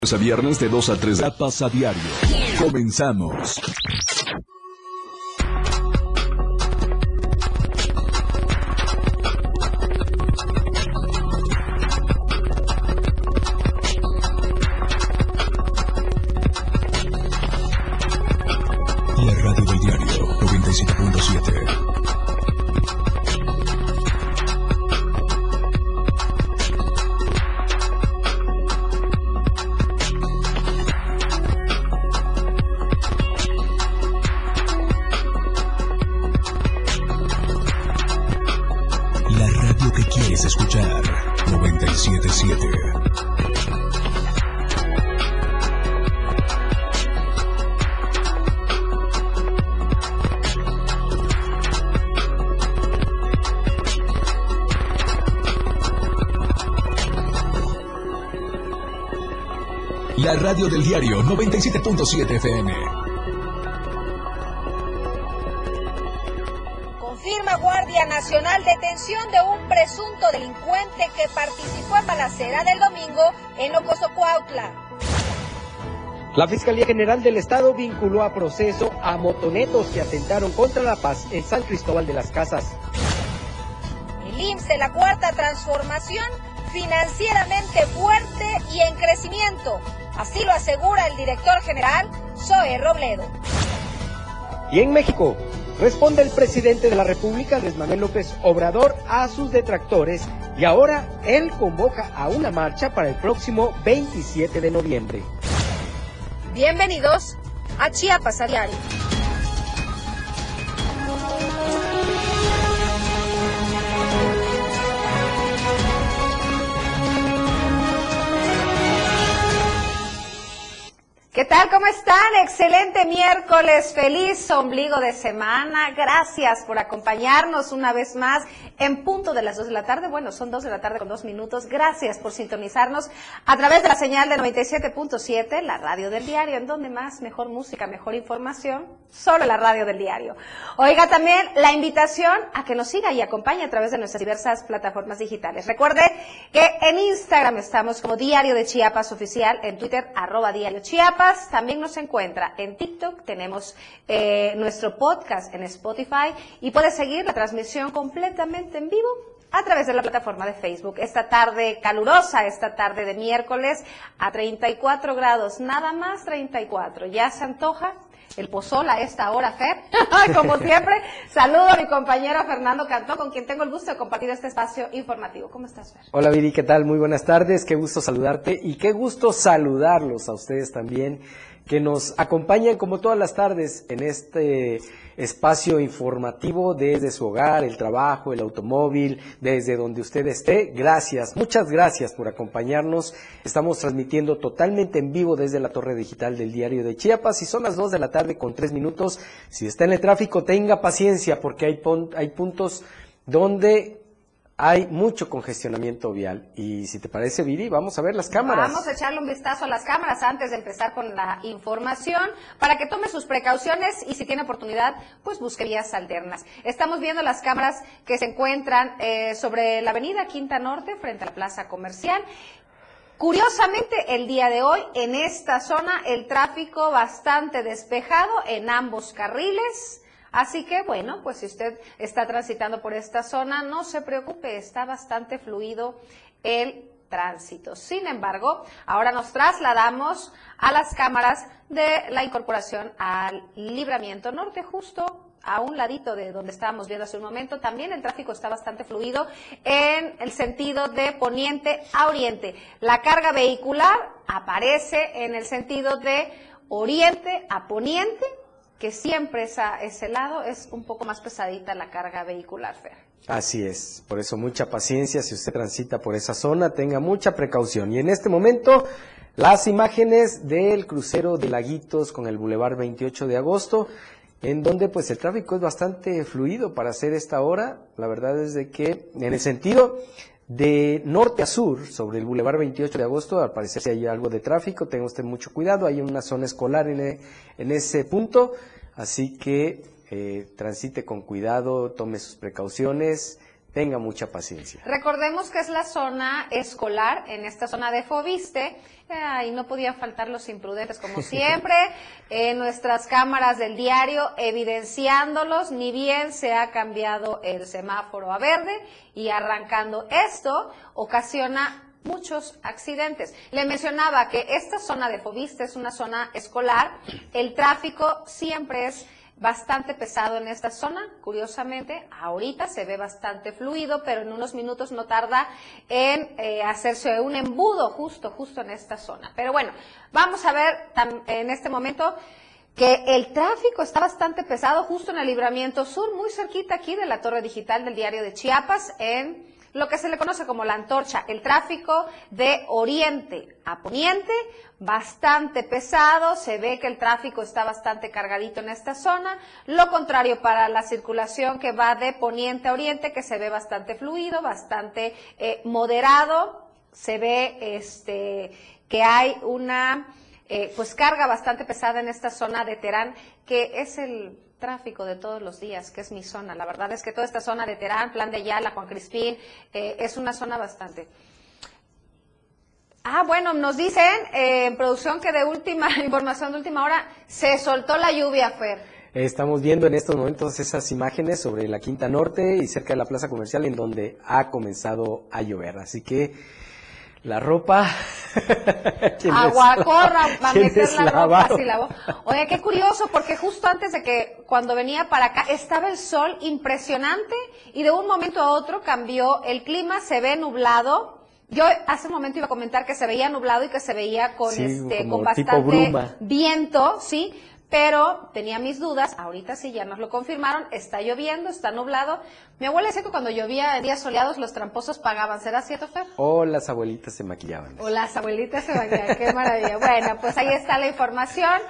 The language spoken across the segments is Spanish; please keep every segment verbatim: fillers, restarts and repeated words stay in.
A viernes de dos a tres. Chiapas a diario. Comenzamos. La radio del diario noventa y siete punto siete. Escuchar noventa y siete punto siete. La radio del diario noventa y siete punto siete F M. Confirma Guardia Nacional detención de un presunto delincuente que participó en balacera del domingo en Ocosocuautla. La Fiscalía General del Estado vinculó a proceso a motonetos que atentaron contra la paz en San Cristóbal de las Casas. El I M S S de la Cuarta Transformación, financieramente fuerte y en crecimiento. Así lo asegura el director general, Zoe Robledo. Y en México, responde el presidente de la República, Andrés Manuel López Obrador, a sus detractores y ahora él convoca a una marcha para el próximo veintisiete de noviembre. Bienvenidos a Chiapas a diario. ¿Qué tal? ¿Cómo están? Excelente miércoles, feliz ombligo de semana. Gracias por acompañarnos una vez más en punto de las dos de la tarde. Bueno, son dos de la tarde con dos minutos. Gracias por sintonizarnos a través de la señal de noventa y siete punto siete, la radio del diario, en donde más, mejor música, mejor información, solo la radio del diario. Oiga, también la invitación a que nos siga y acompañe a través de nuestras diversas plataformas digitales. Recuerde que en Instagram estamos como Diario de Chiapas Oficial, en Twitter, arroba Diario Chiapas. También nos encuentra en TikTok, tenemos eh, nuestro podcast en Spotify y puede seguir la transmisión completamente en vivo a través de la plataforma de Facebook. Esta tarde calurosa, esta tarde de miércoles a treinta y cuatro grados, nada más treinta y cuatro. Ya se antoja el pozol a esta hora, Fer. Como siempre, saludo a mi compañero Fernando Cantón, con quien tengo el gusto de compartir este espacio informativo. ¿Cómo estás, Fer? Hola, Viri, ¿qué tal? Muy buenas tardes, qué gusto saludarte y qué gusto saludarlos a ustedes también, que nos acompañan como todas las tardes en este espacio informativo desde su hogar, el trabajo, el automóvil, desde donde usted esté. Gracias, muchas gracias por acompañarnos. Estamos transmitiendo totalmente en vivo desde la torre digital del Diario de Chiapas y son las dos de la tarde con tres minutos. Si está en el tráfico, tenga paciencia porque hay, hay puntos donde hay mucho congestionamiento vial. Y si te parece, Viri, vamos a ver las cámaras. Vamos a echarle un vistazo a las cámaras antes de empezar con la información, para que tome sus precauciones y si tiene oportunidad, pues busque vías alternas. Estamos viendo las cámaras que se encuentran eh, sobre la avenida Quinta Norte, frente a la plaza comercial. Curiosamente, el día de hoy, en esta zona, el tráfico bastante despejado en ambos carriles. Así que, bueno, pues si usted está transitando por esta zona, no se preocupe, está bastante fluido el tránsito. Sin embargo, ahora nos trasladamos a las cámaras de la incorporación al Libramiento Norte, justo a un ladito de donde estábamos viendo hace un momento. También el tráfico está bastante fluido en el sentido de poniente a oriente. La carga vehicular aparece en el sentido de oriente a poniente, que siempre esa, ese lado es un poco más pesadita la carga vehicular, Fer. Así es, por eso mucha paciencia, si usted transita por esa zona, tenga mucha precaución. Y en este momento, las imágenes del crucero de Laguitos con el Boulevard veintiocho de agosto, en donde pues el tráfico es bastante fluido para hacer esta hora. La verdad es de que en el sentido de norte a sur, sobre el Boulevard veintiocho de agosto, al parecer si hay algo de tráfico, tenga usted mucho cuidado, hay una zona escolar en, en ese punto, así que eh, transite con cuidado, tome sus precauciones, tenga mucha paciencia. Recordemos que es la zona escolar, en esta zona de Foviste, eh, y no podían faltar los imprudentes, como siempre, en nuestras cámaras del diario, evidenciándolos, ni bien se ha cambiado el semáforo a verde, y arrancando esto, ocasiona muchos accidentes. Le mencionaba que esta zona de Foviste es una zona escolar, el tráfico siempre es bastante pesado en esta zona, curiosamente, ahorita se ve bastante fluido, pero en unos minutos no tarda en eh, hacerse un embudo justo, justo en esta zona. Pero bueno, vamos a ver en este momento que el tráfico está bastante pesado justo en el Libramiento Sur, muy cerquita aquí de la torre digital del diario de Chiapas, en lo que se le conoce como la Antorcha. El tráfico de oriente a poniente, bastante pesado, se ve que el tráfico está bastante cargadito en esta zona, lo contrario para la circulación que va de poniente a oriente, que se ve bastante fluido, bastante eh, moderado, se ve este que hay una eh, pues carga bastante pesada en esta zona de Terán, que es el tráfico de todos los días, que es mi zona. La verdad es que toda esta zona de Terán, Plan de Ayala, Juan Crispín, eh, es una zona bastante. Ah, bueno, nos dicen eh, en producción que de última, información de última hora, se soltó la lluvia, Fer. Estamos viendo en estos momentos esas imágenes sobre la Quinta Norte y cerca de la plaza comercial en donde ha comenzado a llover. Así que la ropa... Aguacorra, va a meter la ropa, lavado? así lavó. Oye, qué curioso, porque justo antes de que, cuando venía para acá, estaba el sol impresionante y de un momento a otro cambió el clima, se ve nublado. Yo hace un momento iba a comentar que se veía nublado y que se veía con Sí, este, como con bastante tipo viento, ¿sí? Pero tenía mis dudas, ahorita sí ya nos lo confirmaron, está lloviendo, está nublado. Mi abuela decía que cuando llovía en días soleados los tramposos pagaban, ¿será cierto, Fer? O las abuelitas se maquillaban. O las abuelitas se maquillaban, qué maravilla. Bueno, pues ahí está la información.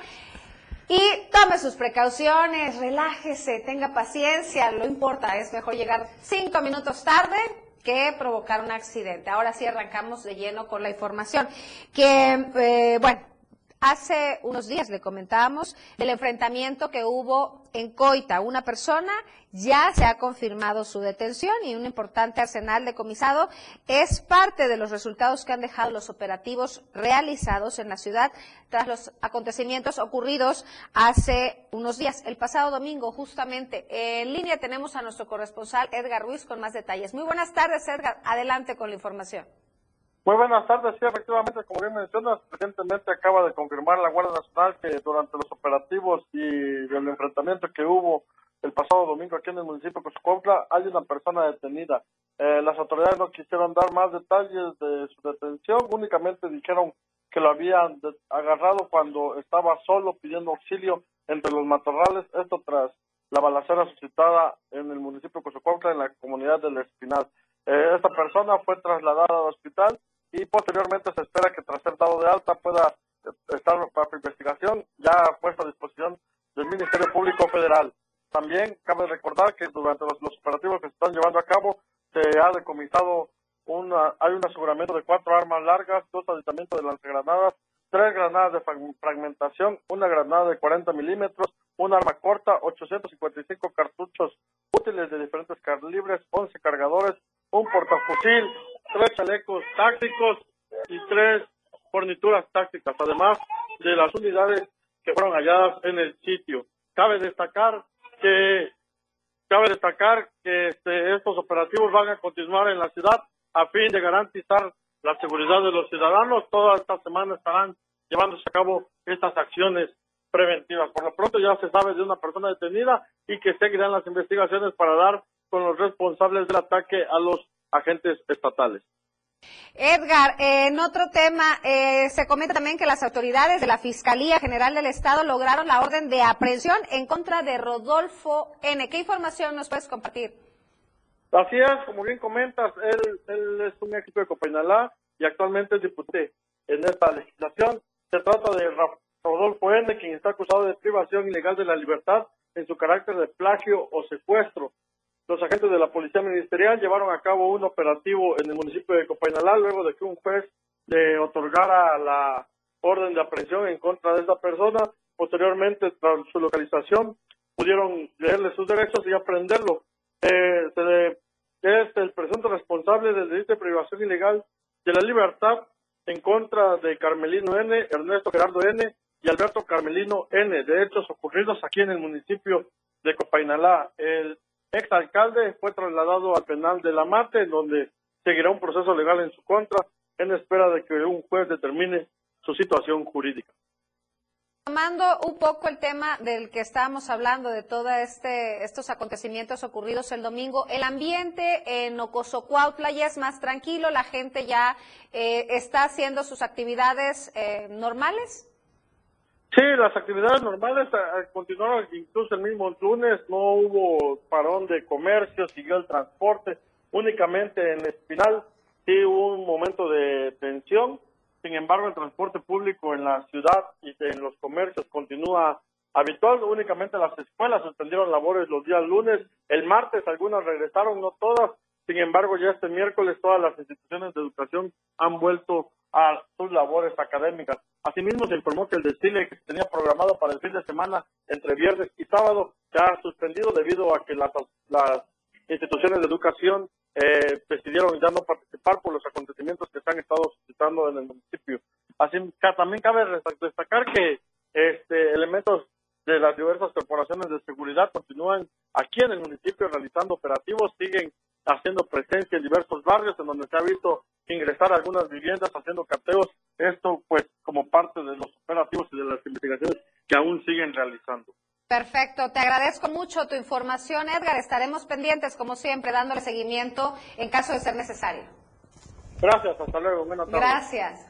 Y tome sus precauciones, relájese, tenga paciencia, no importa, es mejor llegar cinco minutos tarde que provocar un accidente. Ahora sí arrancamos de lleno con la información. Que, eh, bueno, hace unos días le comentábamos del enfrentamiento que hubo en Coita. Una persona, ya se ha confirmado su detención y un importante arsenal decomisado es parte de los resultados que han dejado los operativos realizados en la ciudad tras los acontecimientos ocurridos hace unos días, el pasado domingo justamente. En línea tenemos a nuestro corresponsal Edgar Ruiz con más detalles. Muy buenas tardes, Edgar, adelante con la información. Muy buenas tardes, sí, efectivamente, como bien mencionas, recientemente acaba de confirmar la Guardia Nacional que durante los operativos y del enfrentamiento que hubo el pasado domingo aquí en el municipio de Cozucuautla, hay una persona detenida. Eh, las autoridades no quisieron dar más detalles de su detención, únicamente dijeron que lo habían de- agarrado cuando estaba solo pidiendo auxilio entre los matorrales, esto tras la balacera suscitada en el municipio de Cozucuautla, en la comunidad del Espinal. Eh, esta persona fue trasladada al hospital y posteriormente se espera que tras ser dado de alta pueda estar bajo investigación, ya puesta a disposición del Ministerio Público Federal. También cabe recordar que durante los, los operativos que se están llevando a cabo se ha decomisado una, hay un aseguramiento de cuatro armas largas, dos aditamentos de lanzagranadas, tres granadas de frag- fragmentación, una granada de cuarenta milímetros, un arma corta, ochocientos cincuenta y cinco cartuchos útiles de diferentes calibres, once cargadores, un portafusil, tres chalecos tácticos y tres fornituras tácticas, además de las unidades que fueron halladas en el sitio. Cabe destacar que cabe destacar que este, estos operativos van a continuar en la ciudad a fin de garantizar la seguridad de los ciudadanos. Toda esta semana estarán llevándose a cabo estas acciones preventivas. Por lo pronto ya se sabe de una persona detenida y que seguirán las investigaciones para dar con los responsables del ataque a los agentes estatales. Edgar, eh, en otro tema, eh, se comenta también que las autoridades de la Fiscalía General del Estado lograron la orden de aprehensión en contra de Rodolfo N. ¿Qué información nos puedes compartir? Así es, como bien comentas, él, él es un equipo de Copainalá y actualmente es diputado en esta legislación. Se trata de Rodolfo N., quien está acusado de privación ilegal de la libertad en su carácter de plagio o secuestro. Los agentes de la Policía Ministerial llevaron a cabo un operativo en el municipio de Copainalá luego de que un juez le otorgara la orden de aprehensión en contra de esta persona. Posteriormente, tras su localización, pudieron leerle sus derechos y aprenderlo. Eh, se le es el presunto responsable del delito de privación ilegal de la libertad en contra de Carmelino N., Ernesto Gerardo N. y Alberto Carmelino N., de hechos ocurridos aquí en el municipio de Copainalá. El exalcalde fue trasladado al penal de La Mate, en donde seguirá un proceso legal en su contra, en espera de que un juez determine su situación jurídica. Tomando un poco el tema del que estábamos hablando, de todos este, estos acontecimientos ocurridos el domingo, el ambiente en Ocosocuautla ya es más tranquilo, la gente ya eh, está haciendo sus actividades eh, normales. Sí, las actividades normales eh, continuaron incluso el mismo lunes, no hubo parón de comercio, siguió el transporte, únicamente en Espinal sí hubo un momento de tensión. Sin embargo, el transporte público en la ciudad y en los comercios continúa habitual. Únicamente las escuelas suspendieron labores los días lunes. El martes algunas regresaron, no todas. Sin embargo, ya este miércoles todas las instituciones de educación han vuelto a sus labores académicas. Asimismo, se informó que el desfile que se tenía programado para el fin de semana entre viernes y sábado se ha suspendido debido a que las, las instituciones de educación Eh, decidieron ya no participar por los acontecimientos que se han estado suscitando en el municipio. Así también cabe destacar que este elementos de las diversas corporaciones de seguridad continúan aquí en el municipio realizando operativos, siguen haciendo presencia en diversos barrios en donde se ha visto ingresar a algunas viviendas haciendo cateos, esto pues como parte de los operativos y de las investigaciones que aún siguen realizando. Perfecto, te agradezco mucho tu información, Edgar. Estaremos pendientes, como siempre, dándole seguimiento en caso de ser necesario. Gracias, hasta luego. Buenas tardes. Gracias.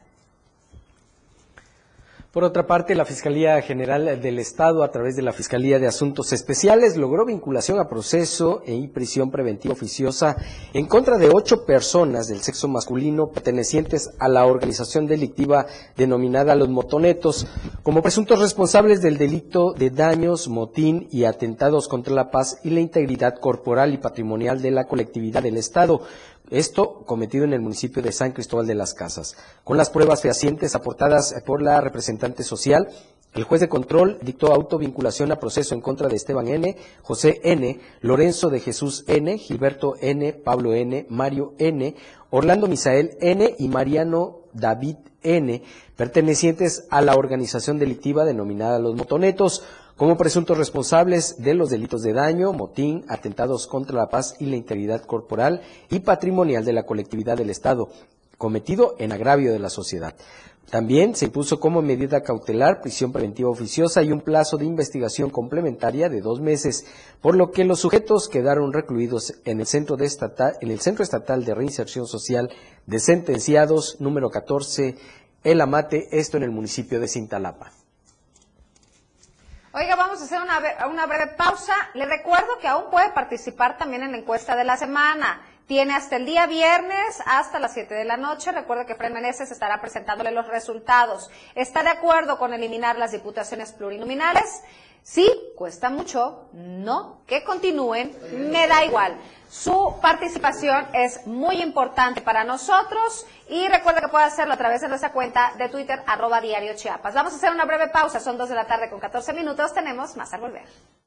Por otra parte, la Fiscalía General del Estado, a través de la Fiscalía de Asuntos Especiales, logró vinculación a proceso y prisión preventiva oficiosa en contra de ocho personas del sexo masculino pertenecientes a la organización delictiva denominada Los Motonetos, como presuntos responsables del delito de daños, motín y atentados contra la paz y la integridad corporal y patrimonial de la colectividad del Estado. Esto cometido en el municipio de San Cristóbal de las Casas. Con las pruebas fehacientes aportadas por la representante social, el juez de control dictó autovinculación a proceso en contra de Esteban N., José N., Lorenzo de Jesús N., Gilberto N., Pablo N., Mario N., Orlando Misael N. y Mariano David N., pertenecientes a la organización delictiva denominada Los Motonetos, como presuntos responsables de los delitos de daño, motín, atentados contra la paz y la integridad corporal y patrimonial de la colectividad del Estado, cometido en agravio de la sociedad. También se impuso como medida cautelar prisión preventiva oficiosa y un plazo de investigación complementaria de dos meses, por lo que los sujetos quedaron recluidos en el Centro, de estatal, en el Centro Estatal de Reinserción Social de Sentenciados número catorce, El Amate, esto en el municipio de Cintalapa. Oiga, vamos a hacer una, una breve pausa. Le recuerdo que aún puede participar también en la encuesta de la semana. Tiene hasta el día viernes, hasta las siete de la noche. Recuerde que Fred Meneses estará presentándole los resultados. ¿Está de acuerdo con eliminar las diputaciones plurinominales? Sí, cuesta mucho. No, que continúen, me da igual. Su participación es muy importante para nosotros y recuerda que puede hacerlo a través de nuestra cuenta de Twitter, arroba Diario Chiapas. Vamos a hacer una breve pausa, son dos de la tarde con catorce minutos, tenemos más al volver.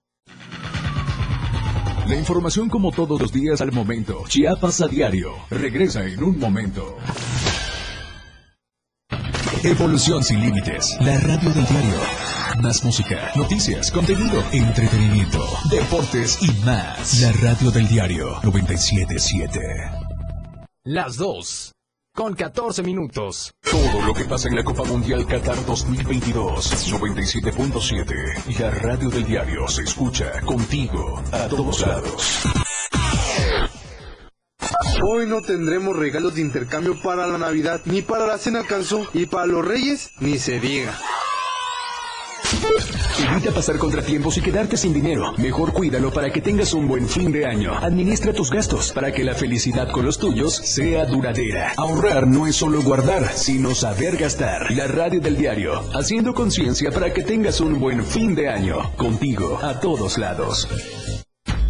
La información como todos los días al momento. Chiapas a diario. Regresa en un momento. Evolución sin límites. La radio del diario. Más música, noticias, contenido, entretenimiento, deportes y más. La radio del diario noventa y siete punto siete. Las dos, con catorce minutos. Todo lo que pasa en la Copa Mundial Qatar dos mil veintidós. noventa y siete punto siete. La radio del diario se escucha contigo a todos lados. Hoy no tendremos regalos de intercambio para la Navidad, ni para la cena alcanzó, y para los Reyes, ni se diga. Evita pasar contratiempos y quedarte sin dinero. Mejor cuídalo para que tengas un buen fin de año. Administra tus gastos para que la felicidad con los tuyos sea duradera. Ahorrar no es solo guardar, sino saber gastar. La radio del diario, haciendo conciencia para que tengas un buen fin de año. Contigo a todos lados.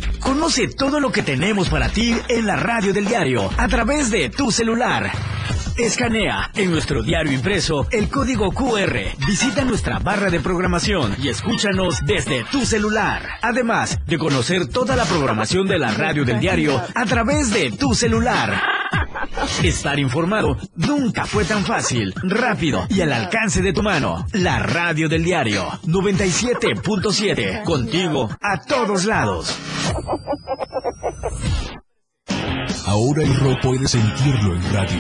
Conoce todo lo que tenemos para ti en la radio del diario a través de tu celular. Escanea en nuestro diario impreso el código Q R, visita nuestra barra de programación y escúchanos desde tu celular. Además de conocer toda la programación de la radio del diario a través de tu celular. Estar informado nunca fue tan fácil, rápido y al alcance de tu mano. La radio del diario noventa y siete punto siete, contigo a todos lados. Ahora el rock puede sentirlo en radio.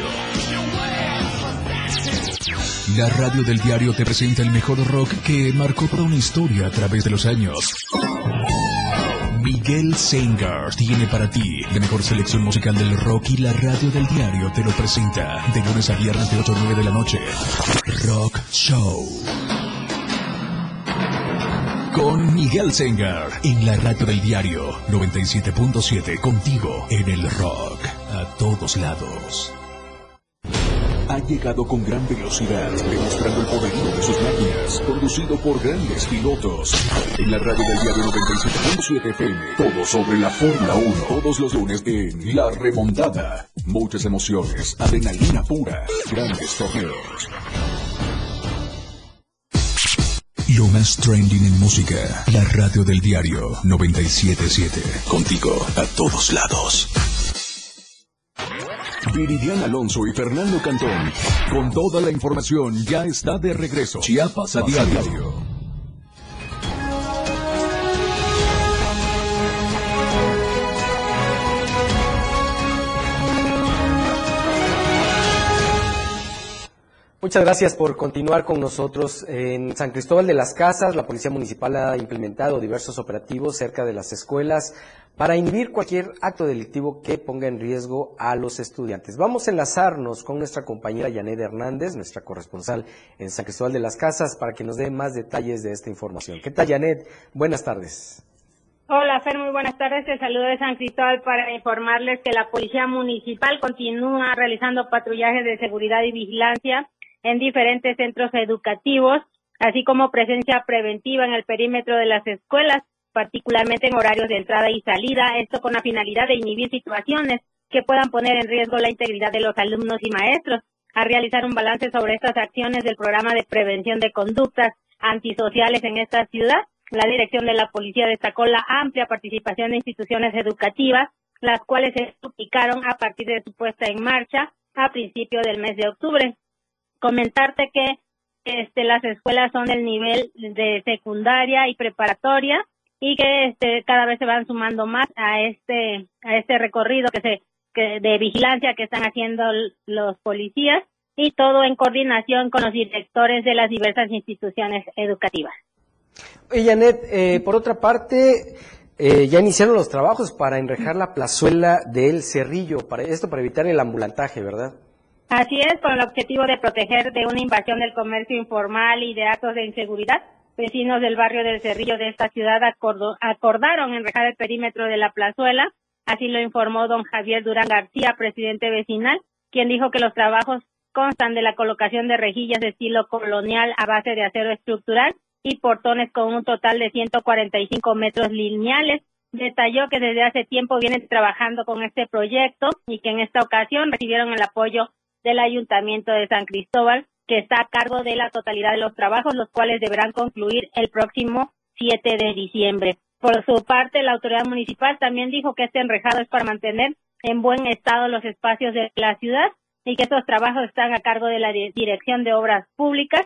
La radio del diario te presenta el mejor rock que marcó toda una historia a través de los años. Miguel Sengar tiene para ti la mejor selección musical del rock y la radio del diario te lo presenta de lunes a viernes de ocho a nueve de la noche. Rock Show. Con Miguel Sengar en la radio del diario noventa y siete punto siete, contigo en el rock a todos lados. Ha llegado con gran velocidad, demostrando el poderío de sus máquinas, conducido por grandes pilotos. En la radio del diario noventa y siete punto siete F M, todo sobre la Fórmula uno, todos los lunes en La Remontada. Muchas emociones, adrenalina pura, grandes torneos. Lo más trending en música, la radio del diario noventa y siete punto siete, contigo a todos lados. Viridian Alonso y Fernando Cantón, con toda la información, ya está de regreso. Chiapas a diario. Muchas gracias por continuar con nosotros. En San Cristóbal de las Casas, la Policía Municipal ha implementado diversos operativos cerca de las escuelas para inhibir cualquier acto delictivo que ponga en riesgo a los estudiantes. Vamos a enlazarnos con nuestra compañera Yanet Hernández, nuestra corresponsal en San Cristóbal de las Casas, para que nos dé más detalles de esta información. ¿Qué tal, Yanet? Buenas tardes. Hola, Fer, muy buenas tardes. Te saludo de San Cristóbal para informarles que la Policía Municipal continúa realizando patrullajes de seguridad y vigilancia en diferentes centros educativos, así como presencia preventiva en el perímetro de las escuelas, particularmente en horarios de entrada y salida, esto con la finalidad de inhibir situaciones que puedan poner en riesgo la integridad de los alumnos y maestros. A realizar un balance sobre estas acciones del programa de prevención de conductas antisociales en esta ciudad, la dirección de la policía destacó la amplia participación de instituciones educativas, las cuales se duplicaron a partir de su puesta en marcha a principio del mes de octubre. Comentarte que este, las escuelas son del nivel de secundaria y preparatoria y que este, cada vez se van sumando más a este a este recorrido que se que, de vigilancia que están haciendo los policías, y todo en coordinación con los directores de las diversas instituciones educativas. Oye, Janet, eh, por otra parte, eh, ya iniciaron los trabajos para enrejar la plazuela del Cerrillo, para esto para evitar el ambulantaje, ¿verdad? Así es, con el objetivo de proteger de una invasión del comercio informal y de actos de inseguridad. Vecinos del barrio del Cerrillo de esta ciudad acordó, acordaron enrejar el perímetro de la plazuela, así lo informó don Javier Durán García, presidente vecinal, quien dijo que los trabajos constan de la colocación de rejillas de estilo colonial a base de acero estructural y portones con un total de ciento cuarenta y cinco metros lineales. Detalló que desde hace tiempo vienen trabajando con este proyecto y que en esta ocasión recibieron el apoyo del Ayuntamiento de San Cristóbal, que está a cargo de la totalidad de los trabajos, los cuales deberán concluir el próximo siete de diciembre. Por su parte, la autoridad municipal también dijo que este enrejado es para mantener en buen estado los espacios de la ciudad y que estos trabajos están a cargo de la Dirección de Obras Públicas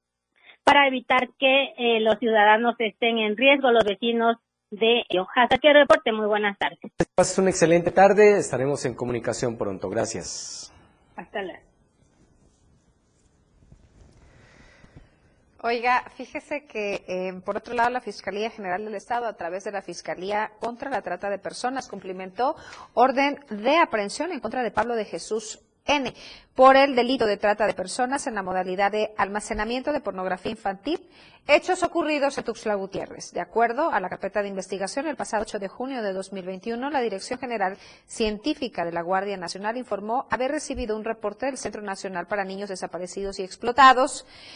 para evitar que eh, los ciudadanos estén en riesgo, los vecinos de Hasta aquí el reporte. Muy buenas tardes. Pases una excelente tarde, estaremos en comunicación pronto. Gracias. Hasta luego. Oiga, fíjese que, eh, por otro lado, la Fiscalía General del Estado, a través de la Fiscalía contra la Trata de Personas, cumplimentó orden de aprehensión en contra de Pablo de Jesús N. por el delito de trata de personas en la modalidad de almacenamiento de pornografía infantil, hechos ocurridos en Tuxtla Gutiérrez. De acuerdo a la carpeta de investigación, el pasado ocho de junio de dos mil veintiuno, la Dirección General Científica de la Guardia Nacional informó haber recibido un reporte del Centro Nacional para Niños Desaparecidos y Explotados,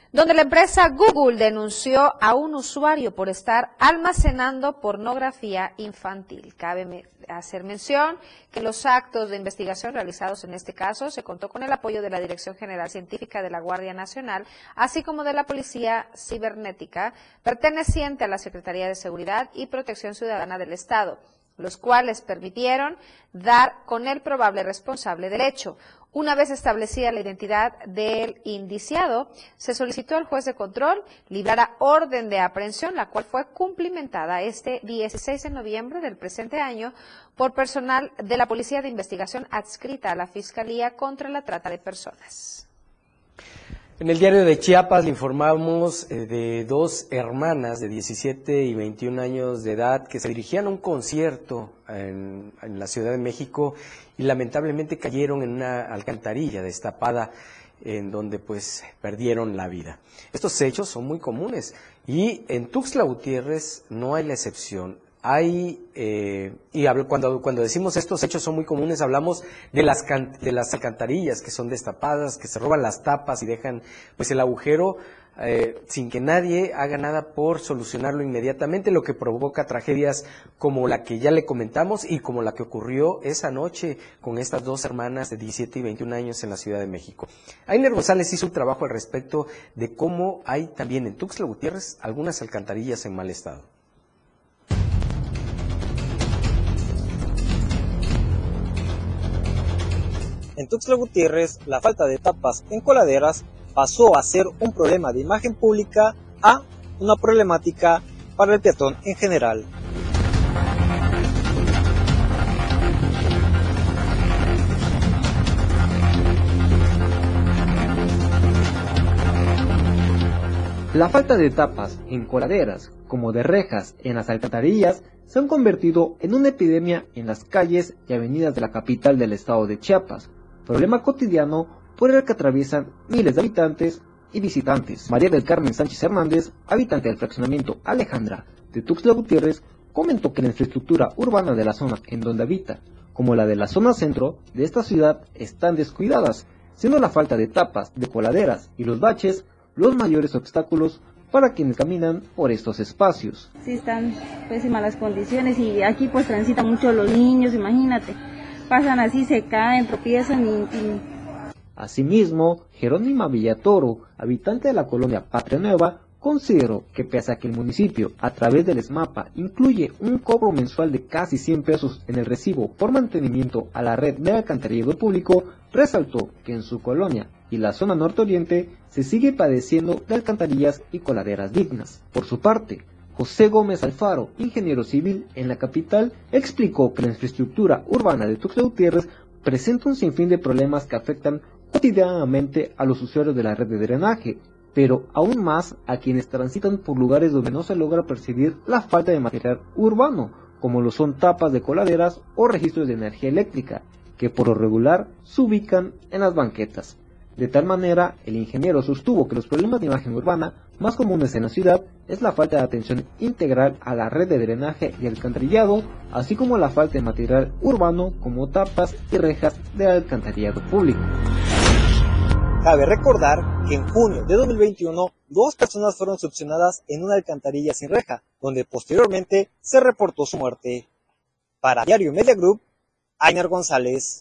donde la empresa Google denunció a un usuario por estar almacenando pornografía infantil. Cabe hacer mención que los actos de investigación realizados en este caso se contó con el apoyo de la Dirección General Científica de la Guardia Nacional, así como de la Policía Cibernética, perteneciente a la Secretaría de Seguridad y Protección Ciudadana del Estado, los cuales permitieron dar con el probable responsable del hecho. Una vez establecida la identidad del indiciado, se solicitó al juez de control librara orden de aprehensión, la cual fue cumplimentada este dieciséis de noviembre del presente año por personal de la Policía de Investigación adscrita a la Fiscalía contra la Trata de Personas. En el diario de Chiapas le informamos eh, de dos hermanas de diecisiete y veintiún años de edad que se dirigían a un concierto en, en la Ciudad de México y lamentablemente cayeron en una alcantarilla destapada en donde pues perdieron la vida. Estos hechos son muy comunes y en Tuxtla Gutiérrez no hay la excepción. Hay, eh, y hablo, cuando, cuando decimos estos hechos son muy comunes, hablamos de las, can, de las alcantarillas que son destapadas, que se roban las tapas y dejan pues el agujero eh, sin que nadie haga nada por solucionarlo inmediatamente, lo que provoca tragedias como la que ya le comentamos y como la que ocurrió esa noche con estas dos hermanas de diecisiete y veintiún años en la Ciudad de México. Ainer González hizo un trabajo al respecto de cómo hay también en Tuxtla Gutiérrez algunas alcantarillas en mal estado. En Tuxtla Gutiérrez, la falta de tapas en coladeras pasó a ser un problema de imagen pública a una problemática para el peatón en general. La falta de tapas en coladeras, como de rejas en las alcantarillas, se han convertido en una epidemia en las calles y avenidas de la capital del estado de Chiapas, problema cotidiano por el que atraviesan miles de habitantes y visitantes. María del Carmen Sánchez Hernández, habitante del fraccionamiento Alejandra de Tuxtla Gutiérrez, comentó que la infraestructura urbana de la zona en donde habita, como la de la zona centro de esta ciudad, están descuidadas, siendo la falta de tapas, de coladeras y los baches los mayores obstáculos para quienes caminan por estos espacios. Sí, están pésimas las condiciones y aquí pues transitan mucho los niños, imagínate. Pasan así, se caen, tropiezan y, y... Asimismo, Jerónima Villatoro, habitante de la colonia Patria Nueva, consideró que pese a que el municipio, a través del ESMAPA, incluye un cobro mensual de casi cien pesos en el recibo por mantenimiento a la red de alcantarillado público, resaltó que en su colonia y la zona norte-oriente se sigue padeciendo de alcantarillas y coladeras dignas. Por su parte, José Gómez Alfaro, ingeniero civil en la capital, explicó que la infraestructura urbana de Tuxtla Gutiérrez presenta un sinfín de problemas que afectan cotidianamente a los usuarios de la red de drenaje, pero aún más a quienes transitan por lugares donde no se logra percibir la falta de material urbano, como lo son tapas de coladeras o registros de energía eléctrica, que por lo regular se ubican en las banquetas. De tal manera, el ingeniero sostuvo que los problemas de imagen urbana más comunes en la ciudad es la falta de atención integral a la red de drenaje y alcantarillado, así como la falta de material urbano como tapas y rejas de alcantarillado público. Cabe recordar que en junio de dos mil veintiuno, dos personas fueron succionadas en una alcantarilla sin reja, donde posteriormente se reportó su muerte. Para Diario Media Group, Ainer González.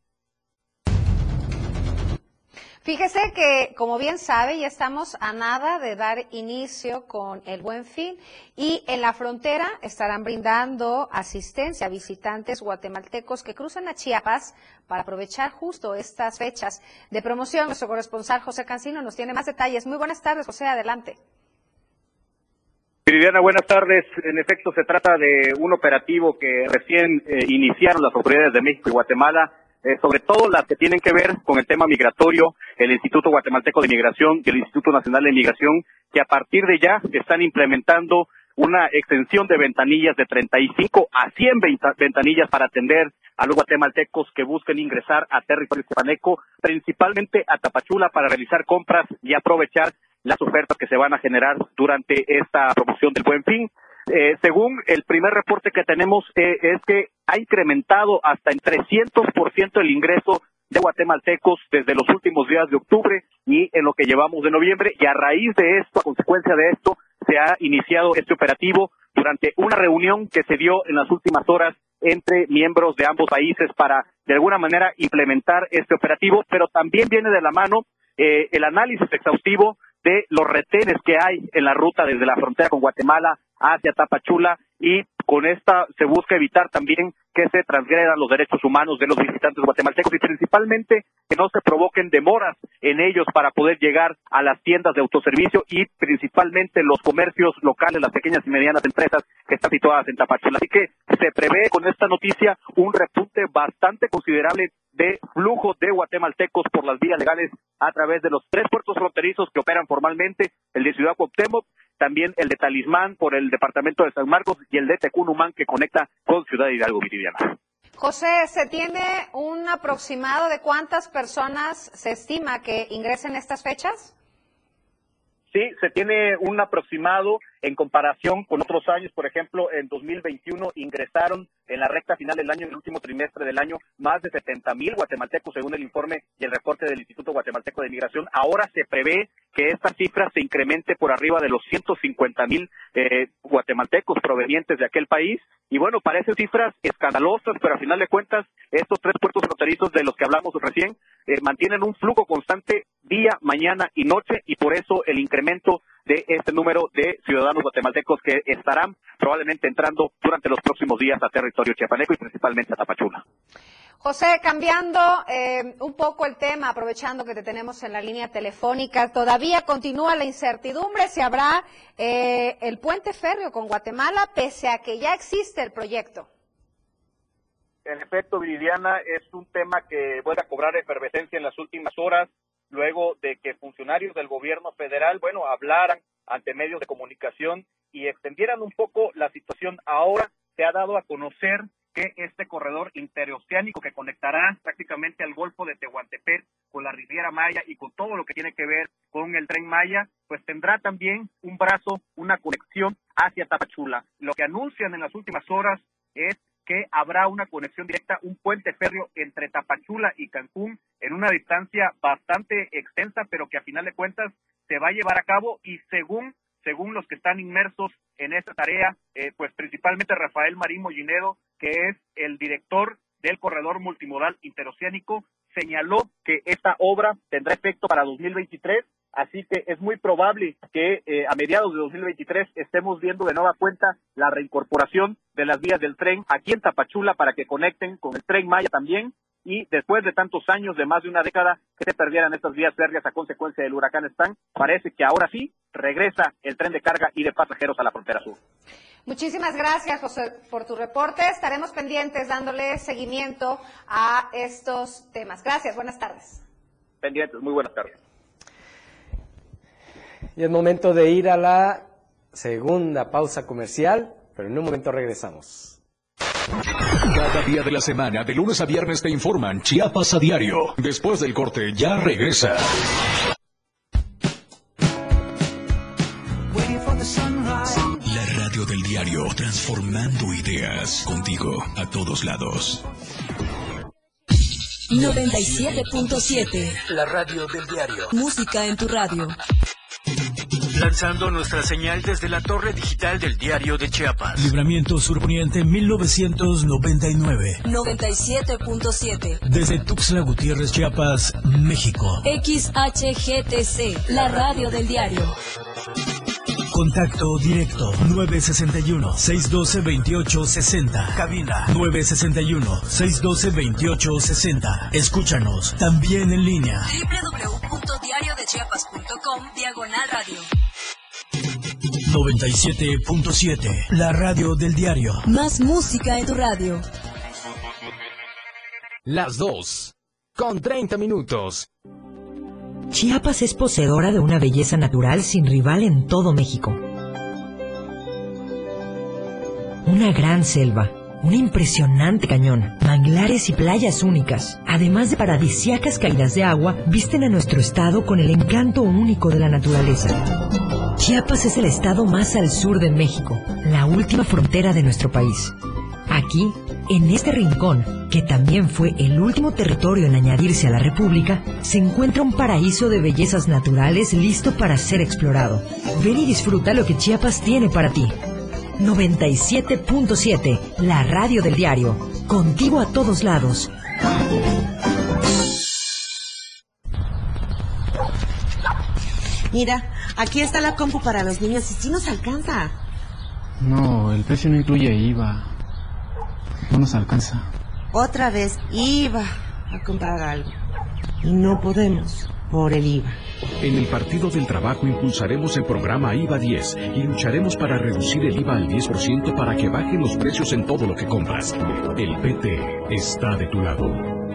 Fíjese que, como bien sabe, ya estamos a nada de dar inicio con el Buen Fin y en la frontera estarán brindando asistencia a visitantes guatemaltecos que cruzan a Chiapas para aprovechar justo estas fechas de promoción. Nuestro corresponsal José Cancino nos tiene más detalles. Muy buenas tardes, José, adelante. Viviana, buenas tardes. En efecto, se trata de un operativo que recién eh, iniciaron las autoridades de México y Guatemala, Eh, sobre todo las que tienen que ver con el tema migratorio, el Instituto Guatemalteco de Migración y el Instituto Nacional de Migración, que a partir de ya están implementando una extensión de ventanillas de treinta y cinco a cien ventanillas para atender a los guatemaltecos que busquen ingresar a territorio chiapaneco, principalmente a Tapachula, para realizar compras y aprovechar las ofertas que se van a generar durante esta promoción del Buen Fin. Eh, según el primer reporte que tenemos, eh, es que ha incrementado hasta en trescientos por ciento el ingreso de guatemaltecos desde los últimos días de octubre y en lo que llevamos de noviembre, y a raíz de esto, a consecuencia de esto, se ha iniciado este operativo durante una reunión que se dio en las últimas horas entre miembros de ambos países para, de alguna manera, implementar este operativo, pero también viene de la mano eh, el análisis exhaustivo de los retenes que hay en la ruta desde la frontera con Guatemala hacia Tapachula, y con esta se busca evitar también que se transgredan los derechos humanos de los visitantes guatemaltecos y principalmente que no se provoquen demoras en ellos para poder llegar a las tiendas de autoservicio y principalmente los comercios locales, las pequeñas y medianas empresas que están situadas en Tapachula. Así que se prevé con esta noticia un repunte bastante considerable de flujo de guatemaltecos por las vías legales a través de los tres puertos fronterizos que operan formalmente, el de Ciudad Cuauhtémoc, también el de Talismán por el departamento de San Marcos y el de Tecunumán que conecta con Ciudad Hidalgo, Viridiana. José, ¿se tiene un aproximado de cuántas personas se estima que ingresen estas fechas? Sí, se tiene un aproximado en comparación con otros años. Por ejemplo, en dos mil veintiuno ingresaron en la recta final del año, en el último trimestre del año, más de setenta mil guatemaltecos, según el informe y el reporte del Instituto Guatemalteco de Migración. Ahora se prevé que esta cifra se incremente por arriba de los ciento cincuenta mil eh, guatemaltecos provenientes de aquel país. Y bueno, parecen cifras escandalosas, pero a final de cuentas, estos tres puertos fronterizos de los que hablamos recién eh, mantienen un flujo constante día, mañana y noche, y por eso el incremento de este número de ciudadanos guatemaltecos que estarán probablemente entrando durante los próximos días a territorio chiapaneco y principalmente a Tapachula. José, cambiando eh, un poco el tema, aprovechando que te tenemos en la línea telefónica, todavía continúa la incertidumbre si habrá eh, el puente férreo con Guatemala, pese a que ya existe el proyecto. En efecto, Viridiana, es un tema que vuelve a cobrar efervescencia en las últimas horas, luego de que funcionarios del gobierno federal, bueno, hablaran ante medios de comunicación y extendieran un poco la situación. Ahora se ha dado a conocer que este corredor interoceánico que conectará prácticamente al Golfo de Tehuantepec con la Riviera Maya y con todo lo que tiene que ver con el Tren Maya, pues tendrá también un brazo, una conexión hacia Tapachula. Lo que anuncian en las últimas horas es que habrá una conexión directa, un puente férreo entre Tapachula y Cancún en una distancia bastante extensa, pero que a final de cuentas se va a llevar a cabo y según según los que están inmersos en esta tarea, eh, pues principalmente Rafael Marín Mollinedo, que es el director del corredor multimodal interoceánico, señaló que esta obra tendrá efecto para dos mil veintitrés, así que es muy probable que eh, a mediados de dos mil veintitrés estemos viendo de nueva cuenta la reincorporación de las vías del tren aquí en Tapachula para que conecten con el Tren Maya también, y después de tantos años, de más de una década, que se perdieran estas vías férreas a consecuencia del huracán Stan, parece que ahora sí regresa el tren de carga y de pasajeros a la frontera sur. Muchísimas gracias, José, por tu reporte. Estaremos pendientes dándole seguimiento a estos temas. Gracias, buenas tardes. Pendientes, muy buenas tardes. Y es momento de ir a la segunda pausa comercial, pero en un momento regresamos. Cada día de la semana, de lunes a viernes, te informan Chiapas a diario. Después del corte, ya regresa. La radio del diario, transformando ideas contigo a todos lados. noventa y siete punto siete. La radio del diario. Música en tu radio. Lanzando nuestra señal desde la torre digital del Diario de Chiapas. Libramiento Surponiente mil novecientos noventa y nueve. noventa y siete punto siete. Desde Tuxtla Gutiérrez, Chiapas, México. X H G T C, la radio del diario. Contacto directo nueve sesenta y uno, seiscientos doce, veintiocho sesenta. Cabina nueve sesenta y uno, seiscientos doce, veintiocho sesenta. Escúchanos también en línea. doble u doble u doble u punto diario de chiapas punto com diagonal radio. noventa y siete punto siete. La radio del diario. Más música en tu radio. Las dos con treinta minutos. Chiapas es poseedora de una belleza natural sin rival en todo México. Una gran selva, un impresionante cañón, manglares y playas únicas, además de paradisíacas caídas de agua, visten a nuestro estado con el encanto único de la naturaleza. Chiapas es el estado más al sur de México, la última frontera de nuestro país. Aquí, en este rincón, que también fue el último territorio en añadirse a la República, se encuentra un paraíso de bellezas naturales listo para ser explorado. Ven y disfruta lo que Chiapas tiene para ti. noventa y siete punto siete, la radio del diario. Contigo a todos lados. Mira, aquí está la compu para los niños y sí nos alcanza. No, el precio no incluye I V A. No nos alcanza. Otra vez iba a comprar algo. Y no podemos por el I V A. En el Partido del Trabajo impulsaremos el programa I V A diez y lucharemos para reducir el I V A al diez por ciento para que bajen los precios en todo lo que compras. El P T está de tu lado.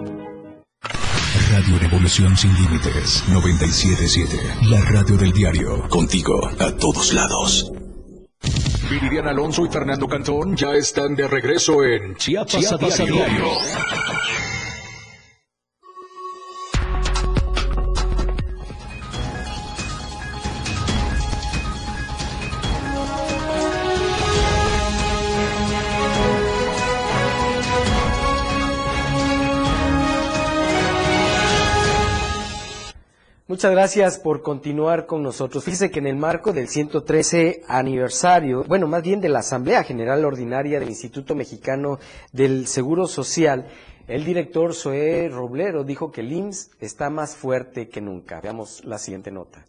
Radio Revolución Sin Límites, noventa y siete punto siete. La radio del diario. Contigo a todos lados. Viridiana Alonso y Fernando Cantón ya están de regreso en Chiapas, Chiapas a diario. A diario. Muchas gracias por continuar con nosotros. Fíjese que en el marco del ciento trece aniversario, bueno, más bien de la Asamblea General Ordinaria del Instituto Mexicano del Seguro Social, el director Zoé Robledo dijo que el I M S S está más fuerte que nunca. Veamos la siguiente nota.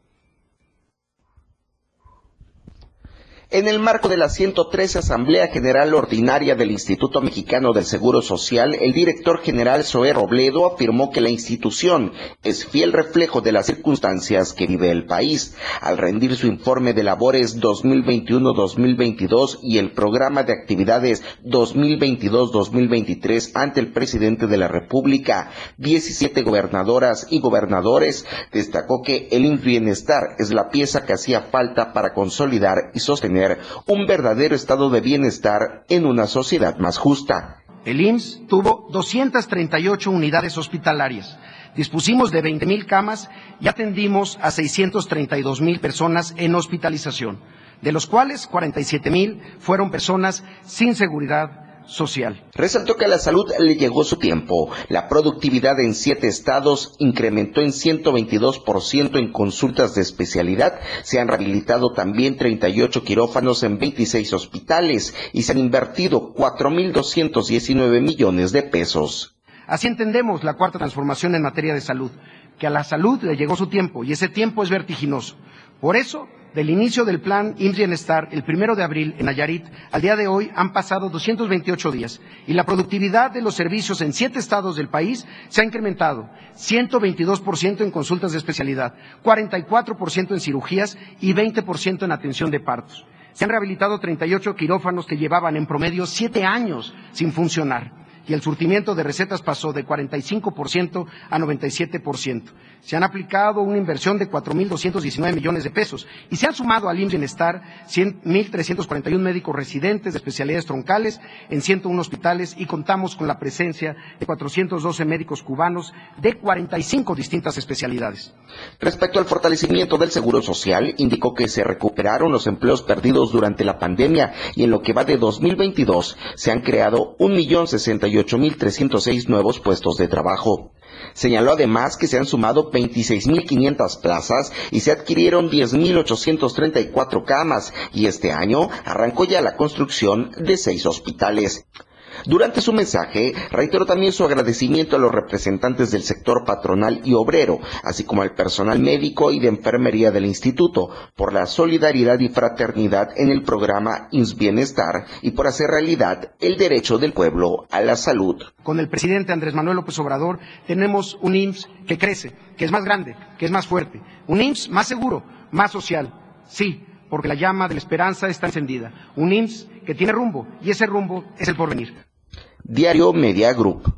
En el marco de la ciento trece Asamblea General Ordinaria del Instituto Mexicano del Seguro Social, el director general Zoé Robledo afirmó que la institución es fiel reflejo de las circunstancias que vive el país. Al rendir su informe de labores dos mil veintiuno dos mil veintidós y el programa de actividades dos mil veintidós dos mil veintitrés ante el presidente de la República, diecisiete gobernadoras y gobernadores, destacó que el I M S S Bienestar es la pieza que hacía falta para consolidar y sostener un verdadero estado de bienestar en una sociedad más justa. El I M S S tuvo doscientas treinta y ocho unidades hospitalarias, dispusimos de veinte mil camas y atendimos a seiscientas treinta y dos mil personas en hospitalización, de los cuales cuarenta y siete mil fueron personas sin seguridad social. Resaltó que a la salud le llegó su tiempo. La productividad en siete estados incrementó en ciento veintidós por ciento en consultas de especialidad. Se han rehabilitado también treinta y ocho quirófanos en veintiséis hospitales y se han invertido cuatro mil doscientos diecinueve millones de pesos. Así entendemos la cuarta transformación en materia de salud, que a la salud le llegó su tiempo y ese tiempo es vertiginoso. Por eso, del inicio del plan I M S S Bienestar, el primero de abril, en Nayarit, al día de hoy han pasado doscientos veintiocho días y la productividad de los servicios en siete estados del país se ha incrementado ciento veintidós por ciento en consultas de especialidad, cuarenta y cuatro por ciento en cirugías y veinte por ciento en atención de partos. Se han rehabilitado treinta y ocho quirófanos que llevaban en promedio siete años sin funcionar. Y el surtimiento de recetas pasó de cuarenta y cinco por ciento a noventa y siete por ciento. Se han aplicado una inversión de cuatro mil doscientos diecinueve millones de pesos y se han sumado al I M S S Bienestar mil trescientos cuarenta y uno médicos residentes de especialidades troncales en ciento uno hospitales y contamos con la presencia de cuatrocientos doce médicos cubanos de cuarenta y cinco distintas especialidades. Respecto al fortalecimiento del Seguro Social, indicó que se recuperaron los empleos perdidos durante la pandemia y en lo que va de dos mil veintidós se han creado un millón sesenta y ocho mil trescientos seis nuevos puestos de trabajo. Señaló además que se han sumado veintiséis mil quinientas plazas y se adquirieron diez mil ochocientas treinta y cuatro camas y este año arrancó ya la construcción de seis hospitales. Durante su mensaje, reiteró también su agradecimiento a los representantes del sector patronal y obrero, así como al personal médico y de enfermería del instituto, por la solidaridad y fraternidad en el programa I M S S Bienestar y por hacer realidad el derecho del pueblo a la salud. Con el presidente Andrés Manuel López Obrador tenemos un I M S S que crece, que es más grande, que es más fuerte, un I M S S más seguro, más social, sí, porque la llama de la esperanza está encendida, un I M S S que tiene rumbo y ese rumbo es el porvenir. Diario Media Group.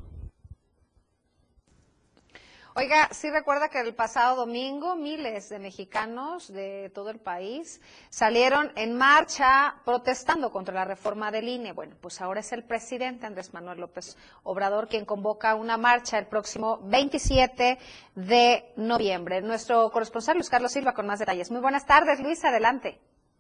Oiga, sí recuerda que el pasado domingo miles de mexicanos de todo el país salieron en marcha protestando contra la reforma del I N E. Bueno, pues ahora es el presidente Andrés Manuel López Obrador quien convoca una marcha el próximo veintisiete de noviembre. Nuestro corresponsal Luis Carlos Silva con más detalles. Muy buenas tardes, Luis, adelante.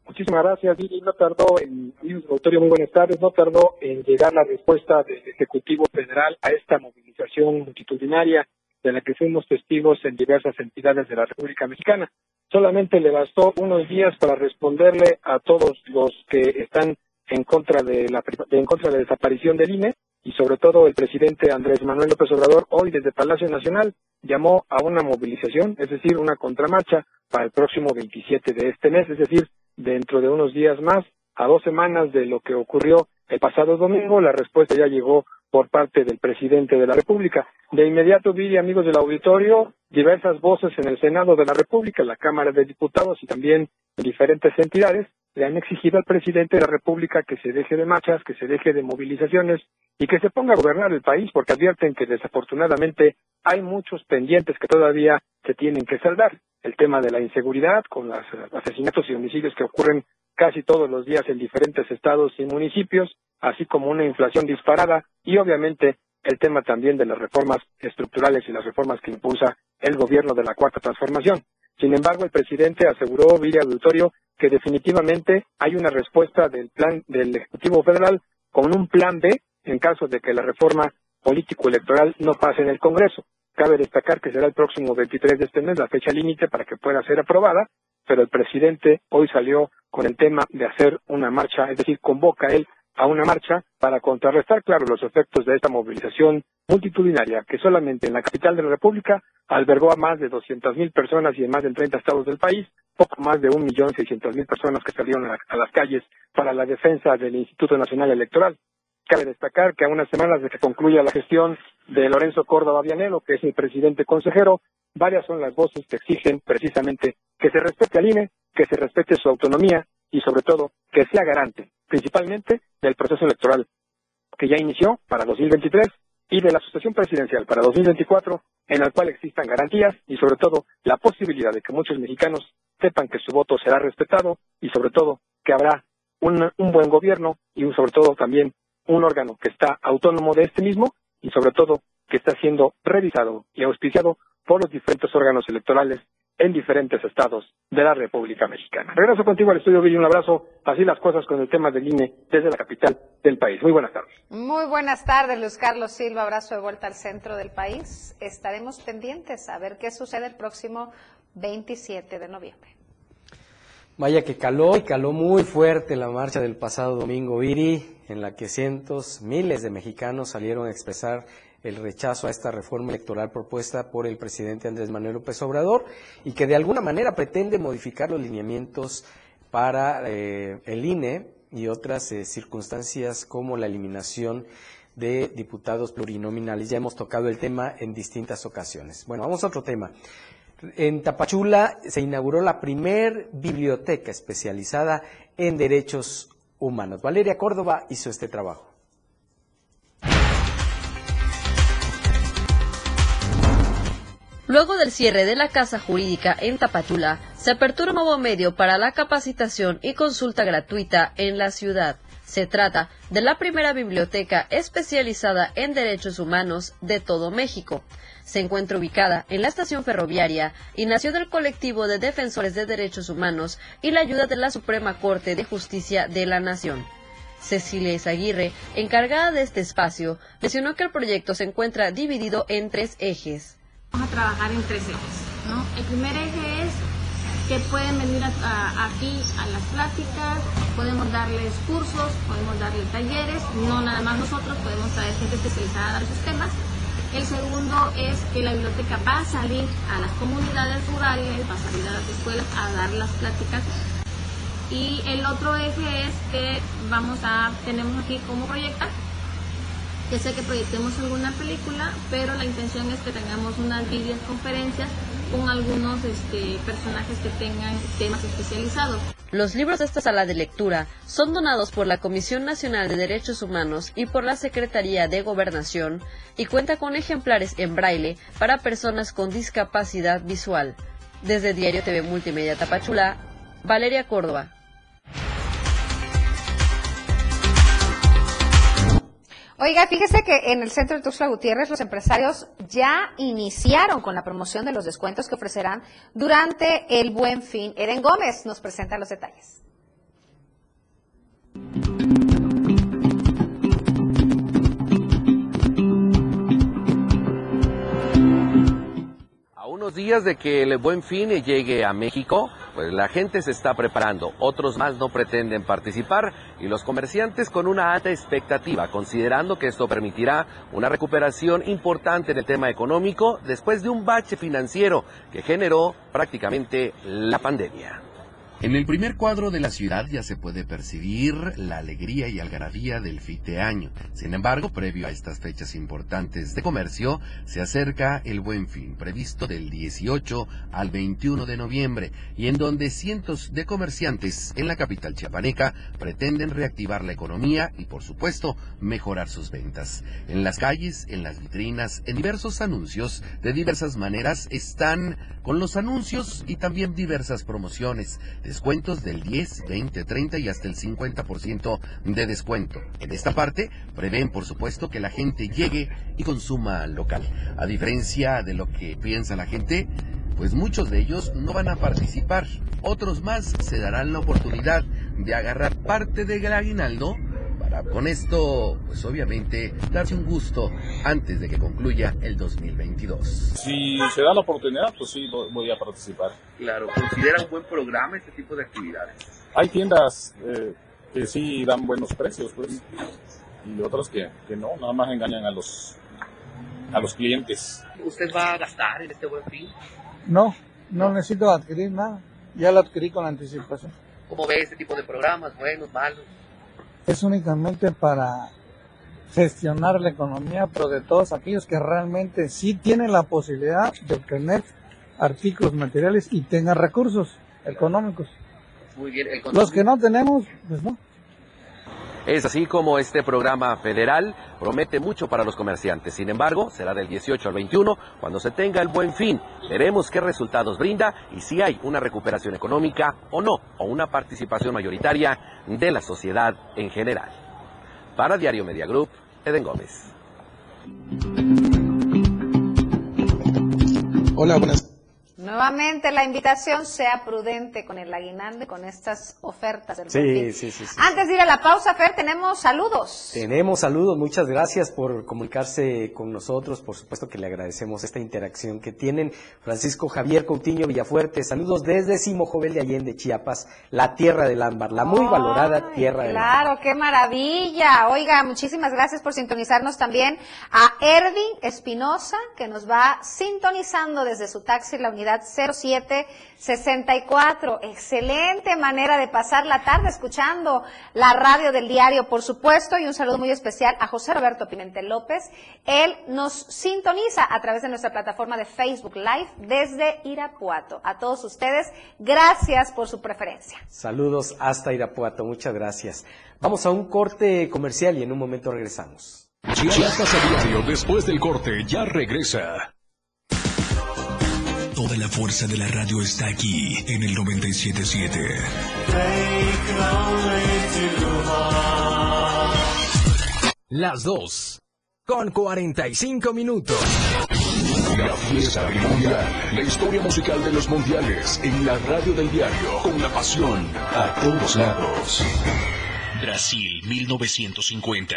Muchísimas gracias, Viri. No tardó en, amigos del auditorio, muy buenas tardes, no tardó en llegar la respuesta del Ejecutivo Federal a esta movilización multitudinaria de la que fuimos testigos en diversas entidades de la República Mexicana. Solamente le bastó unos días para responderle a todos los que están en contra de la en contra de la desaparición del I N E, y sobre todo el presidente Andrés Manuel López Obrador hoy desde Palacio Nacional llamó a una movilización, es decir, una contramarcha para el próximo veintisiete de este mes, es decir, dentro de unos días más, a dos semanas de lo que ocurrió el pasado domingo. La respuesta ya llegó por parte del presidente de la República. De inmediato vi, amigos del auditorio, diversas voces en el Senado de la República, la Cámara de Diputados y también diferentes entidades le han exigido al presidente de la República que se deje de marchas, que se deje de movilizaciones y que se ponga a gobernar el país, porque advierten que desafortunadamente hay muchos pendientes que todavía se tienen que saldar. El tema de la inseguridad, con los asesinatos y homicidios que ocurren casi todos los días en diferentes estados y municipios, así como una inflación disparada y obviamente el tema también de las reformas estructurales y las reformas que impulsa el gobierno de la Cuarta Transformación. Sin embargo, el presidente aseguró vía auditorio que definitivamente hay una respuesta del plan del Ejecutivo Federal con un plan B en caso de que la reforma político-electoral no pase en el Congreso. Cabe destacar que será el próximo veintitrés de este mes la fecha límite para que pueda ser aprobada, pero el presidente hoy salió con el tema de hacer una marcha, es decir, convoca él a una marcha para contrarrestar, claro, los efectos de esta movilización multitudinaria que solamente en la capital de la República albergó a más de doscientas mil personas y en más de treinta estados del país, poco más de un millón seiscientas mil personas que salieron a, a las calles para la defensa del Instituto Nacional Electoral. Cabe destacar que a unas semanas de que concluya la gestión de Lorenzo Córdoba Vianello, que es el presidente consejero, varias son las voces que exigen precisamente que se respete al I N E, que se respete su autonomía y sobre todo que sea garante, principalmente del proceso electoral que ya inició para dos mil veintitrés y de la sucesión presidencial para dos mil veinticuatro, en el cual existan garantías y sobre todo la posibilidad de que muchos mexicanos sepan que su voto será respetado y sobre todo que habrá un, un buen gobierno y sobre todo también un órgano que está autónomo de este mismo y sobre todo que está siendo revisado y auspiciado por los diferentes órganos electorales en diferentes estados de la República Mexicana. Regreso contigo al estudio, Billy, un abrazo. Así las cosas con el tema del I N E desde la capital del país. Muy buenas tardes. Muy buenas tardes, Luis Carlos Silva. Abrazo de vuelta al centro del país. Estaremos pendientes a ver qué sucede el próximo veintisiete de noviembre. Vaya que caló y caló muy fuerte la marcha del pasado domingo, Viri, en la que cientos, miles de mexicanos salieron a expresar el rechazo a esta reforma electoral propuesta por el presidente Andrés Manuel López Obrador y que de alguna manera pretende modificar los lineamientos para eh, el I N E y otras eh, circunstancias como la eliminación de diputados plurinominales. Ya hemos tocado el tema en distintas ocasiones. Bueno, vamos a otro tema. En Tapachula se inauguró la primer biblioteca especializada en derechos humanos. Valeria Córdoba hizo este trabajo. Luego del cierre de la Casa Jurídica en Tapachula, se apertura un nuevo medio para la capacitación y consulta gratuita en la ciudad. Se trata de la primera biblioteca especializada en derechos humanos de todo México. Se encuentra ubicada en la estación ferroviaria y nació del colectivo de defensores de derechos humanos y la ayuda de la Suprema Corte de Justicia de la Nación. Cecilia Izaguirre, encargada de este espacio, mencionó que el proyecto se encuentra dividido en tres ejes. Vamos a trabajar en tres ejes, ¿no? El primer eje es que pueden venir a, a, aquí a las pláticas, podemos darles cursos, podemos darles talleres, no nada más nosotros, podemos traer gente especializada a dar sus temas. El segundo es que la biblioteca va a salir a las comunidades rurales, va a salir a las escuelas a dar las pláticas. Y el otro eje es que vamos a, tenemos aquí como proyectar, que sea que proyectemos alguna película, pero la intención es que tengamos unas videoconferencias con algunos este, personajes que tengan temas especializados. Los libros de esta sala de lectura son donados por la Comisión Nacional de Derechos Humanos y por la Secretaría de Gobernación y cuenta con ejemplares en braille para personas con discapacidad visual. Desde Diario T V Multimedia Tapachula, Valeria Córdoba. Oiga, fíjese que en el centro de Tuxtla Gutiérrez los empresarios ya iniciaron con la promoción de los descuentos que ofrecerán durante el Buen Fin. Eren Gómez nos presenta los detalles. unos días de que el Buen Fin llegue a México, pues la gente se está preparando, otros más no pretenden participar y los comerciantes con una alta expectativa, considerando que esto permitirá una recuperación importante en el tema económico después de un bache financiero que generó prácticamente la pandemia. En el primer cuadro de la ciudad ya se puede percibir la alegría y algarabía del fin de año. Sin embargo, previo a estas fechas importantes de comercio, se acerca el Buen Fin, previsto del dieciocho al veintiuno de noviembre, y en donde cientos de comerciantes en la capital chiapaneca pretenden reactivar la economía y, por supuesto, mejorar sus ventas. En las calles, en las vitrinas, en diversos anuncios, de diversas maneras, están con los anuncios y también diversas promociones. Descuentos del diez, veinte, treinta y hasta el cincuenta por ciento de descuento. En esta parte, prevén por supuesto que la gente llegue y consuma local. A diferencia de lo que piensa la gente, pues muchos de ellos no van a participar. Otros más se darán la oportunidad de agarrar parte del aguinaldo para con esto, pues obviamente, darse un gusto antes de que concluya el dos mil veintidós. Si se da la oportunidad, pues sí, voy a participar. Claro, ¿considera un buen programa este tipo de actividades? Hay tiendas eh, que sí dan buenos precios, pues, y otras que, que no, nada más engañan a los, a los clientes. ¿Usted va a gastar en este Buen Fin? No, no necesito adquirir nada, ya lo adquirí con anticipación. ¿Cómo ve este tipo de programas, buenos, malos? Es únicamente para gestionar la economía, pero de todos aquellos que realmente sí tienen la posibilidad de obtener artículos materiales y tengan recursos económicos. Muy bien. El Los que no tenemos, pues no. Es así como este programa federal promete mucho para los comerciantes. Sin embargo, será del dieciocho al veintiuno cuando se tenga el Buen Fin. Veremos qué resultados brinda y si hay una recuperación económica o no, o una participación mayoritaria de la sociedad en general. Para Diario Media Group, Eden Gómez. Hola, buenas. Nuevamente la invitación, sea prudente con el aguinaldo y con estas ofertas del sí, Buen Fin. Sí, sí, sí. Antes de ir a la pausa, Fer, tenemos saludos. Tenemos saludos, muchas gracias por comunicarse con nosotros, por supuesto que le agradecemos esta interacción que tienen. Francisco Javier Coutinho Villafuerte, saludos desde Simojovel de Allende, Chiapas, la tierra del ámbar, la muy Ay, valorada tierra del ámbar. Claro, qué maravilla. Oiga, muchísimas gracias por sintonizarnos también a Ervin Espinosa, que nos va sintonizando desde su taxi, la unidad cero siete sesenta y cuatro. Excelente manera de pasar la tarde escuchando la radio del diario, por supuesto, y un saludo muy especial a José Roberto Pimentel López. Él nos sintoniza a través de nuestra plataforma de Facebook Live desde Irapuato. A todos ustedes, gracias por su preferencia. Saludos hasta Irapuato, muchas gracias. Vamos a un corte comercial y en un momento regresamos. Chiapas a diario, después del corte, ya regresa. Toda la fuerza de la radio está aquí en el noventa y siete punto siete. Las dos, con cuarenta y cinco minutos. La fiesta del mundial, la historia musical de los mundiales, en la radio del diario, con la pasión a todos lados. Brasil mil novecientos cincuenta.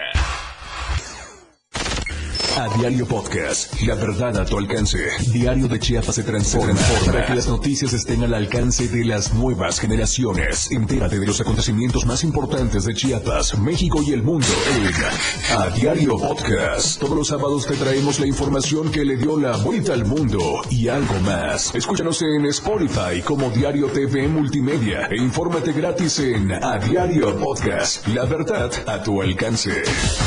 A Diario Podcast, la verdad a tu alcance. Diario de Chiapas se transforma, se transforma para que las noticias estén al alcance de las nuevas generaciones. Entérate de los acontecimientos más importantes de Chiapas, México y el mundo en A Diario Podcast. Todos los sábados te traemos la información que le dio la vuelta al mundo y algo más. Escúchanos en Spotify como Diario T V Multimedia e infórmate gratis en A Diario Podcast. La verdad a tu alcance.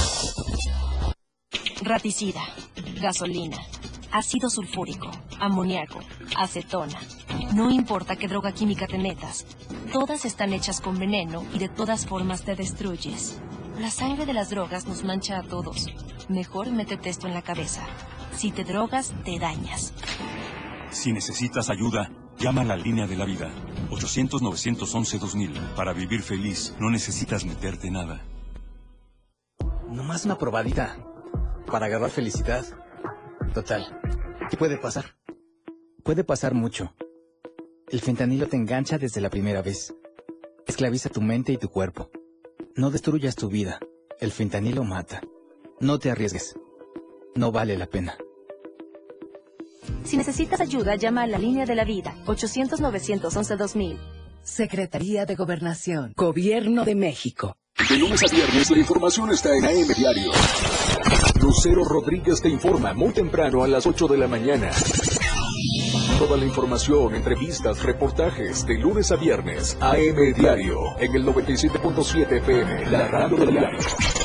Raticida, gasolina, ácido sulfúrico, amoníaco, acetona. No importa qué droga química te metas, todas están hechas con veneno y de todas formas te destruyes. La sangre de las drogas nos mancha a todos. Mejor métete esto en la cabeza. Si te drogas, te dañas. Si necesitas ayuda, llama a la línea de la vida. ochocientos, novecientos once, dos mil. Para vivir feliz, no necesitas meterte nada. Nomás una probadita. Para agarrar felicidad. Total, ¿qué puede pasar? Puede pasar mucho. El fentanilo te engancha desde la primera vez. Esclaviza tu mente y tu cuerpo. No destruyas tu vida. El fentanilo mata. No te arriesgues. No vale la pena. Si necesitas ayuda, llama a la línea de la vida, ochocientos, novecientos once, dos mil. Secretaría de Gobernación, Gobierno de México. De lunes a viernes la información está en A M Diario. Lucero Rodríguez te informa muy temprano a las ocho de la mañana. Toda la información, entrevistas, reportajes, de lunes a viernes, A M Diario, en el noventa y siete punto siete F M, la radio del diario.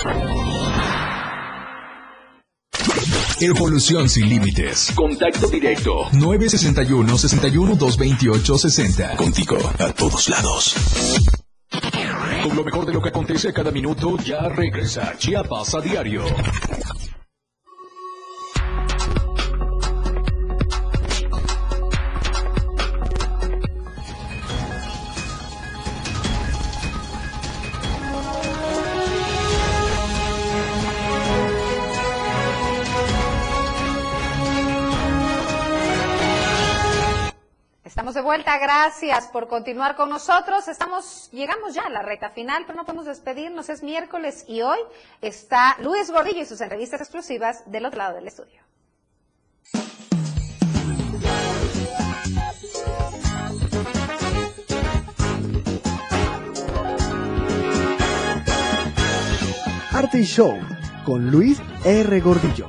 Evolución sin límites. Contacto directo. nueve sesenta y uno, sesenta y uno, doscientos veintiocho, sesenta. Contigo, a todos lados. Con lo mejor de lo que acontece a cada minuto, ya regresa Chiapas a diario. Estamos de vuelta, gracias por continuar con nosotros. Estamos, llegamos ya a la recta final, pero no podemos despedirnos, es miércoles y hoy está Luis Gordillo y sus entrevistas exclusivas del otro lado del estudio. Arte y Show con Luis R. Gordillo.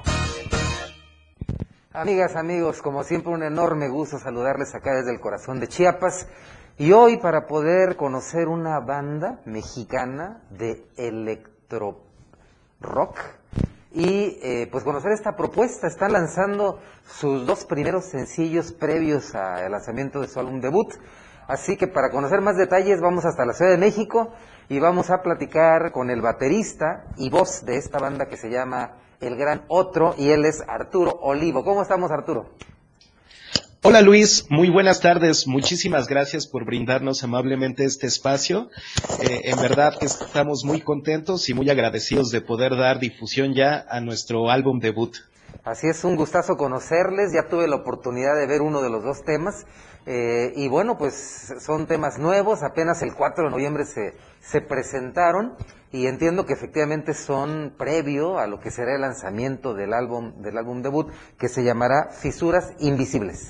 Amigas, amigos, como siempre un enorme gusto saludarles acá desde el corazón de Chiapas y hoy para poder conocer una banda mexicana de electro rock y eh, pues conocer esta propuesta. Están lanzando sus dos primeros sencillos previos al lanzamiento de su álbum debut, así que para conocer más detalles vamos hasta la Ciudad de México y vamos a platicar con el baterista y voz de esta banda que se llama El Gran Otro, y él es Arturo Olivo. ¿Cómo estamos, Arturo? Hola Luis, muy buenas tardes, muchísimas gracias por brindarnos amablemente este espacio. Eh, en verdad que estamos muy contentos y muy agradecidos de poder dar difusión ya a nuestro álbum debut. Así es, un gustazo conocerles, ya tuve la oportunidad de ver uno de los dos temas, eh, y bueno, pues son temas nuevos, apenas el cuatro de noviembre se, se presentaron, y entiendo que efectivamente son previo a lo que será el lanzamiento del álbum, del álbum debut, que se llamará Fisuras Invisibles.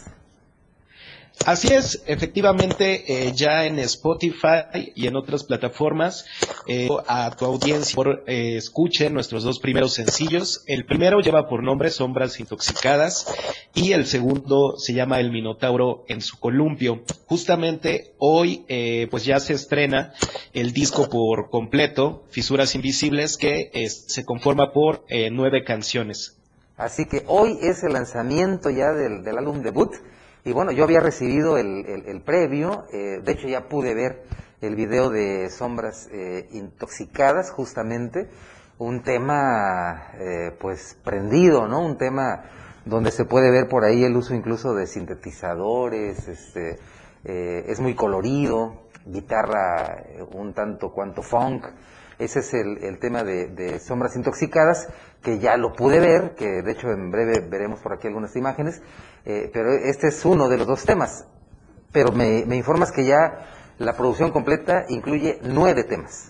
Así es, efectivamente, eh, ya en Spotify y en otras plataformas, eh, a tu audiencia por, eh, escuchen nuestros dos primeros sencillos. El primero lleva por nombre Sombras Intoxicadas y el segundo se llama El Minotauro en su columpio. Justamente hoy eh, pues ya se estrena el disco por completo, Fisuras Invisibles, que eh, se conforma por eh, nueve canciones. Así que hoy es el lanzamiento ya del, del álbum debut. Y bueno, yo había recibido el, el, el previo, eh, de hecho ya pude ver el video de Sombras eh, Intoxicadas, justamente, un tema eh, pues prendido, ¿no? Un tema donde se puede ver por ahí el uso incluso de sintetizadores, este, eh, es muy colorido, guitarra eh, un tanto cuanto funk. Ese es el, el tema de, de Sombras Intoxicadas, que ya lo pude ver, que de hecho en breve veremos por aquí algunas imágenes, eh, pero este es uno de los dos temas. Pero me, me informas que ya la producción completa incluye nueve temas.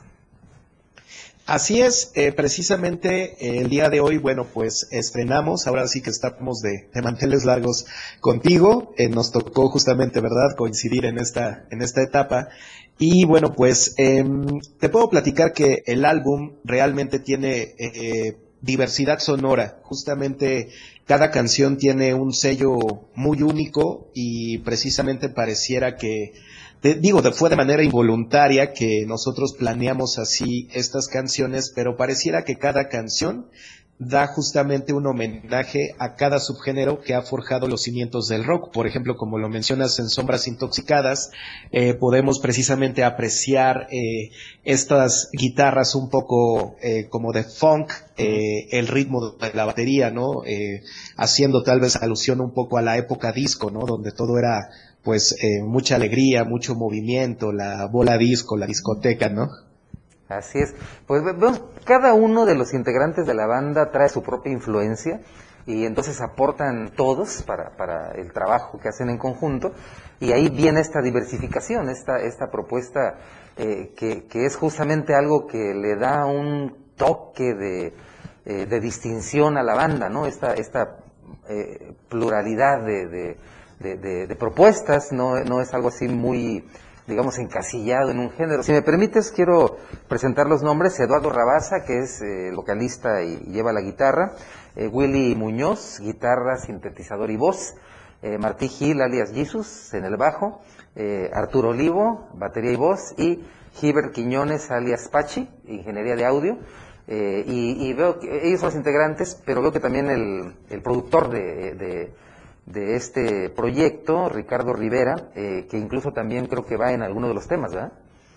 Así es, eh, precisamente eh, el día de hoy, bueno, pues estrenamos, ahora sí que estamos de, de manteles largos contigo, eh, nos tocó justamente, ¿verdad?, coincidir en esta, en esta etapa. Y bueno, pues eh, te puedo platicar que el álbum realmente tiene eh, diversidad sonora. Justamente cada canción tiene un sello muy único y precisamente pareciera que, te, digo, fue de manera involuntaria que nosotros planeamos así estas canciones, pero pareciera que cada canción da justamente un homenaje a cada subgénero que ha forjado los cimientos del rock. Por ejemplo, como lo mencionas en Sombras Intoxicadas, eh, podemos precisamente apreciar eh, estas guitarras un poco eh, como de funk, eh, el ritmo de la batería, ¿no? Eh, haciendo tal vez alusión un poco a la época disco, ¿no? Donde todo era pues eh, mucha alegría, mucho movimiento, la bola disco, la discoteca, ¿no? Así es, pues vemos, cada uno de los integrantes de la banda trae su propia influencia y entonces aportan todos para, para el trabajo que hacen en conjunto, y ahí viene esta diversificación, esta, esta propuesta eh, que, que es justamente algo que le da un toque de, eh, de distinción a la banda, ¿no? Esta, esta eh, pluralidad de, de, de, de, de propuestas, no, no es algo así muy, digamos, encasillado en un género. Si me permites, quiero presentar los nombres. Eduardo Rabasa, que es eh, vocalista y lleva la guitarra, eh, Willy Muñoz, guitarra, sintetizador y voz, eh, Martí Gil, alias Jesus, en el bajo, eh, Arturo Olivo, batería y voz, y Gilbert Quiñones, alias Pachi, ingeniería de audio. Eh, y, y veo que ellos son los integrantes, pero veo que también el, el productor de, de, de este proyecto, Ricardo Rivera, eh, que incluso también creo que va en alguno de los temas, ¿verdad?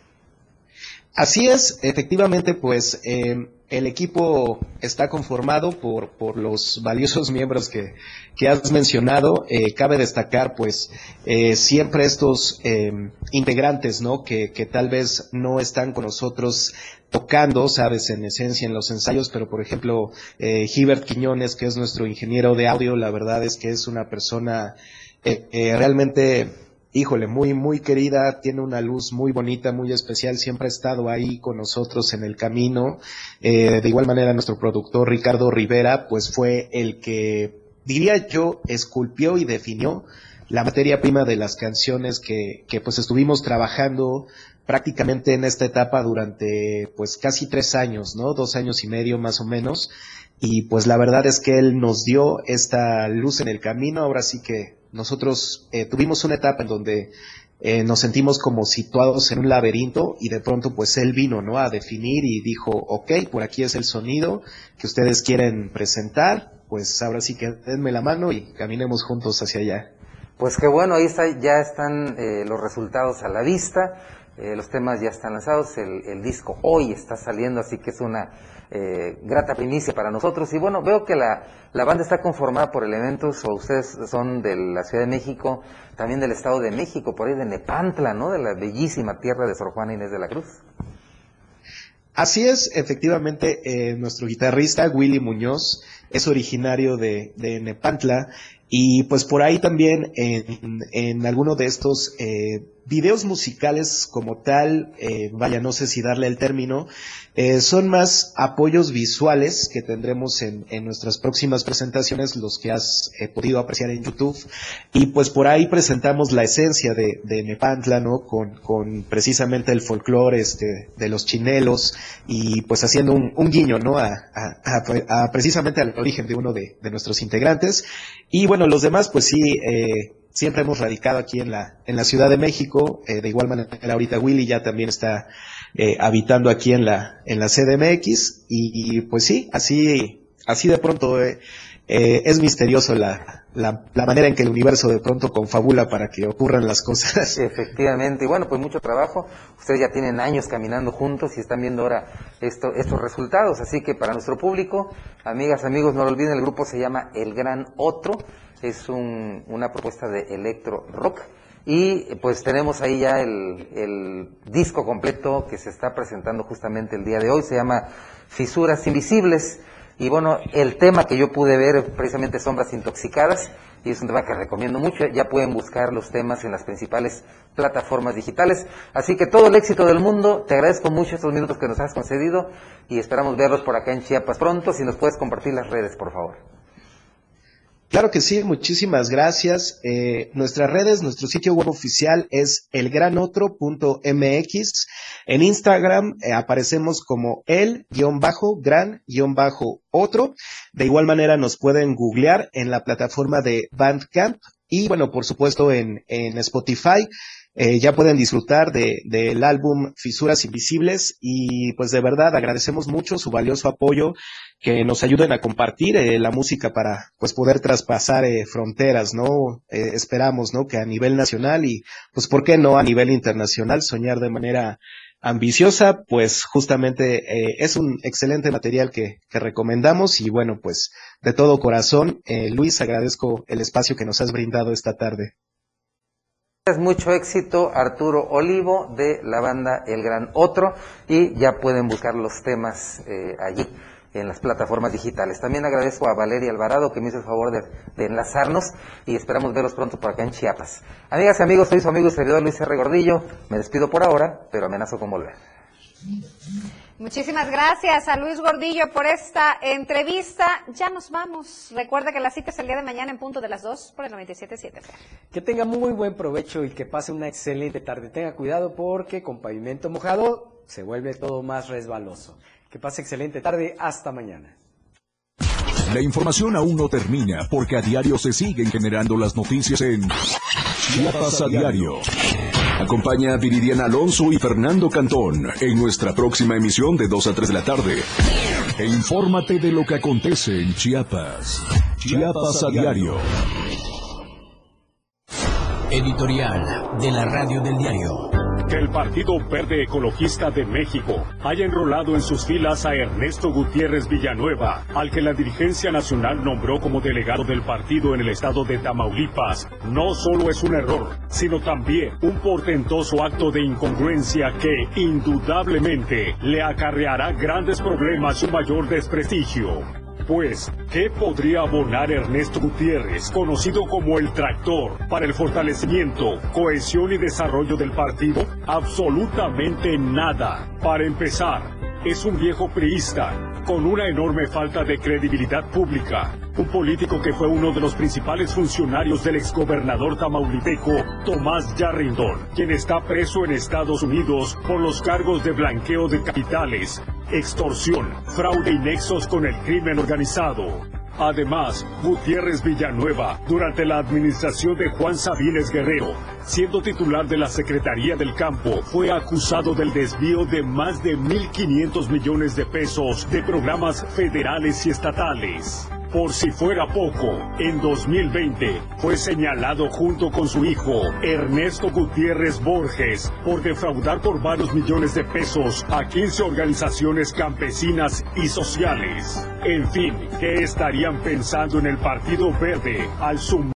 Así es, efectivamente, pues eh, el equipo está conformado por, por los valiosos miembros que, que has mencionado. Eh, cabe destacar, pues, eh, siempre estos eh, integrantes, ¿no? Que, que tal vez no están con nosotros tocando, sabes, en esencia en los ensayos, pero por ejemplo, eh, Gilbert Quiñones, que es nuestro ingeniero de audio, la verdad es que es una persona eh, eh, realmente, híjole, muy, muy querida, tiene una luz muy bonita, muy especial, siempre ha estado ahí con nosotros en el camino. Eh, de igual manera, nuestro productor Ricardo Rivera, pues fue el que, diría yo, esculpió y definió la materia prima de las canciones que, que pues estuvimos trabajando prácticamente en esta etapa durante pues casi tres años, ¿no? Dos años y medio más o menos. Y pues la verdad es que él nos dio esta luz en el camino. Ahora sí que nosotros eh, tuvimos una etapa en donde eh, nos sentimos como situados en un laberinto y de pronto pues él vino, ¿no? A definir y dijo, ok, por aquí es el sonido que ustedes quieren presentar, pues ahora sí que denme la mano y caminemos juntos hacia allá. Pues qué bueno, ahí está, ya están eh, los resultados a la vista. Eh, los temas ya están lanzados, el, el disco hoy está saliendo, así que es una eh, grata primicia para nosotros. Y bueno, veo que la, la banda está conformada por elementos, o ustedes son de la Ciudad de México, también del Estado de México, por ahí de Nepantla, ¿no? De la bellísima tierra de Sor Juana Inés de la Cruz. Así es, efectivamente, eh, nuestro guitarrista Willy Muñoz es originario de, de Nepantla. Y pues por ahí también en, en alguno de estos eh, videos musicales como tal, eh, vaya, no sé si darle el término, eh, son más apoyos visuales que tendremos en, en nuestras próximas presentaciones, los que has eh, podido apreciar en YouTube. Y pues por ahí presentamos la esencia de, de Nepantla, ¿no? Con, con precisamente el folclore este, de los chinelos y pues haciendo un, un guiño, ¿no? A, a, a, a precisamente al origen de uno de, de nuestros integrantes. Y bueno, los demás, pues sí, eh, siempre hemos radicado aquí en la en la Ciudad de México. Eh, de igual manera, ahorita Willy ya también está eh, habitando aquí en la en la C D M X. Y, y pues sí, así así de pronto eh, eh, es misterioso la, la la manera en que el universo de pronto confabula para que ocurran las cosas. Efectivamente, y bueno, pues mucho trabajo. Ustedes ya tienen años caminando juntos y están viendo ahora esto, estos resultados. Así que para nuestro público, amigas, amigos, no lo olviden, el grupo se llama El Gran Otro. Es un, una propuesta de electro rock y pues tenemos ahí ya el, el disco completo que se está presentando justamente el día de hoy. Se llama Fisuras Invisibles y bueno, el tema que yo pude ver precisamente Sombras Intoxicadas, y es un tema que recomiendo mucho. Ya pueden buscar los temas en las principales plataformas digitales, así que todo el éxito del mundo. Te agradezco mucho estos minutos que nos has concedido y esperamos verlos por acá en Chiapas pronto. Si nos puedes compartir las redes, por favor. Claro que sí, muchísimas gracias. Eh, nuestras redes, nuestro sitio web oficial es el gran otro punto m x. En Instagram eh, aparecemos como el-gran-otro. De igual manera nos pueden googlear en la plataforma de Bandcamp y bueno, por supuesto en, en Spotify. Eh, ya pueden disfrutar de del álbum Fisuras Invisibles y pues de verdad agradecemos mucho su valioso apoyo, que nos ayuden a compartir eh, la música para pues poder traspasar eh, fronteras, ¿no? Eh, esperamos, ¿no? Que a nivel nacional y pues por qué no a nivel internacional soñar de manera ambiciosa, pues justamente eh, es un excelente material que, que recomendamos y bueno, pues de todo corazón, eh, Luis, agradezco el espacio que nos has brindado esta tarde. Mucho éxito, Arturo Olivo de la banda El Gran Otro, y ya pueden buscar los temas eh, allí en las plataformas digitales. También agradezco a Valeria Alvarado que me hizo el favor de, de enlazarnos y esperamos verlos pronto por acá en Chiapas. Amigas y amigos, soy su amigo y servidor Luis R. Gordillo. Me despido por ahora, pero amenazo con volver. Muchísimas gracias a Luis Gordillo por esta entrevista. Ya nos vamos. Recuerda que la cita es el día de mañana en punto de las dos por el noventa y siete punto siete. Que tenga muy buen provecho y que pase una excelente tarde. Tenga cuidado porque con pavimento mojado se vuelve todo más resbaloso. Que pase excelente tarde. Hasta mañana. La información aún no termina porque a diario se siguen generando las noticias en Chiapas a Diario. Acompaña a Viridiana Alonso y Fernando Cantón en nuestra próxima emisión de dos a tres de la tarde. E infórmate de lo que acontece en Chiapas. Chiapas a Diario. Editorial de la Radio del Diario. Que el Partido Verde Ecologista de México haya enrolado en sus filas a Ernesto Gutiérrez Villanueva, al que la dirigencia nacional nombró como delegado del partido en el estado de Tamaulipas, no solo es un error, sino también un portentoso acto de incongruencia que, indudablemente, le acarreará grandes problemas y un mayor desprestigio. Pues, ¿qué podría abonar Ernesto Gutiérrez, conocido como el Tractor, para el fortalecimiento, cohesión y desarrollo del partido? Absolutamente nada. Para empezar, es un viejo priista, con una enorme falta de credibilidad pública. Un político que fue uno de los principales funcionarios del exgobernador tamaulipeco, Tomás Yarrington, quien está preso en Estados Unidos por los cargos de blanqueo de capitales, extorsión, fraude y nexos con el crimen organizado. Además, Gutiérrez Villanueva, durante la administración de Juan Sabines Guerrero, siendo titular de la Secretaría del Campo, fue acusado del desvío de más de mil quinientos millones de pesos de programas federales y estatales. Por si fuera poco, en dos mil veinte fue señalado junto con su hijo, Ernesto Gutiérrez Borges, por defraudar por varios millones de pesos a quince organizaciones campesinas y sociales. En fin, ¿qué estarían pensando en el Partido Verde al sumar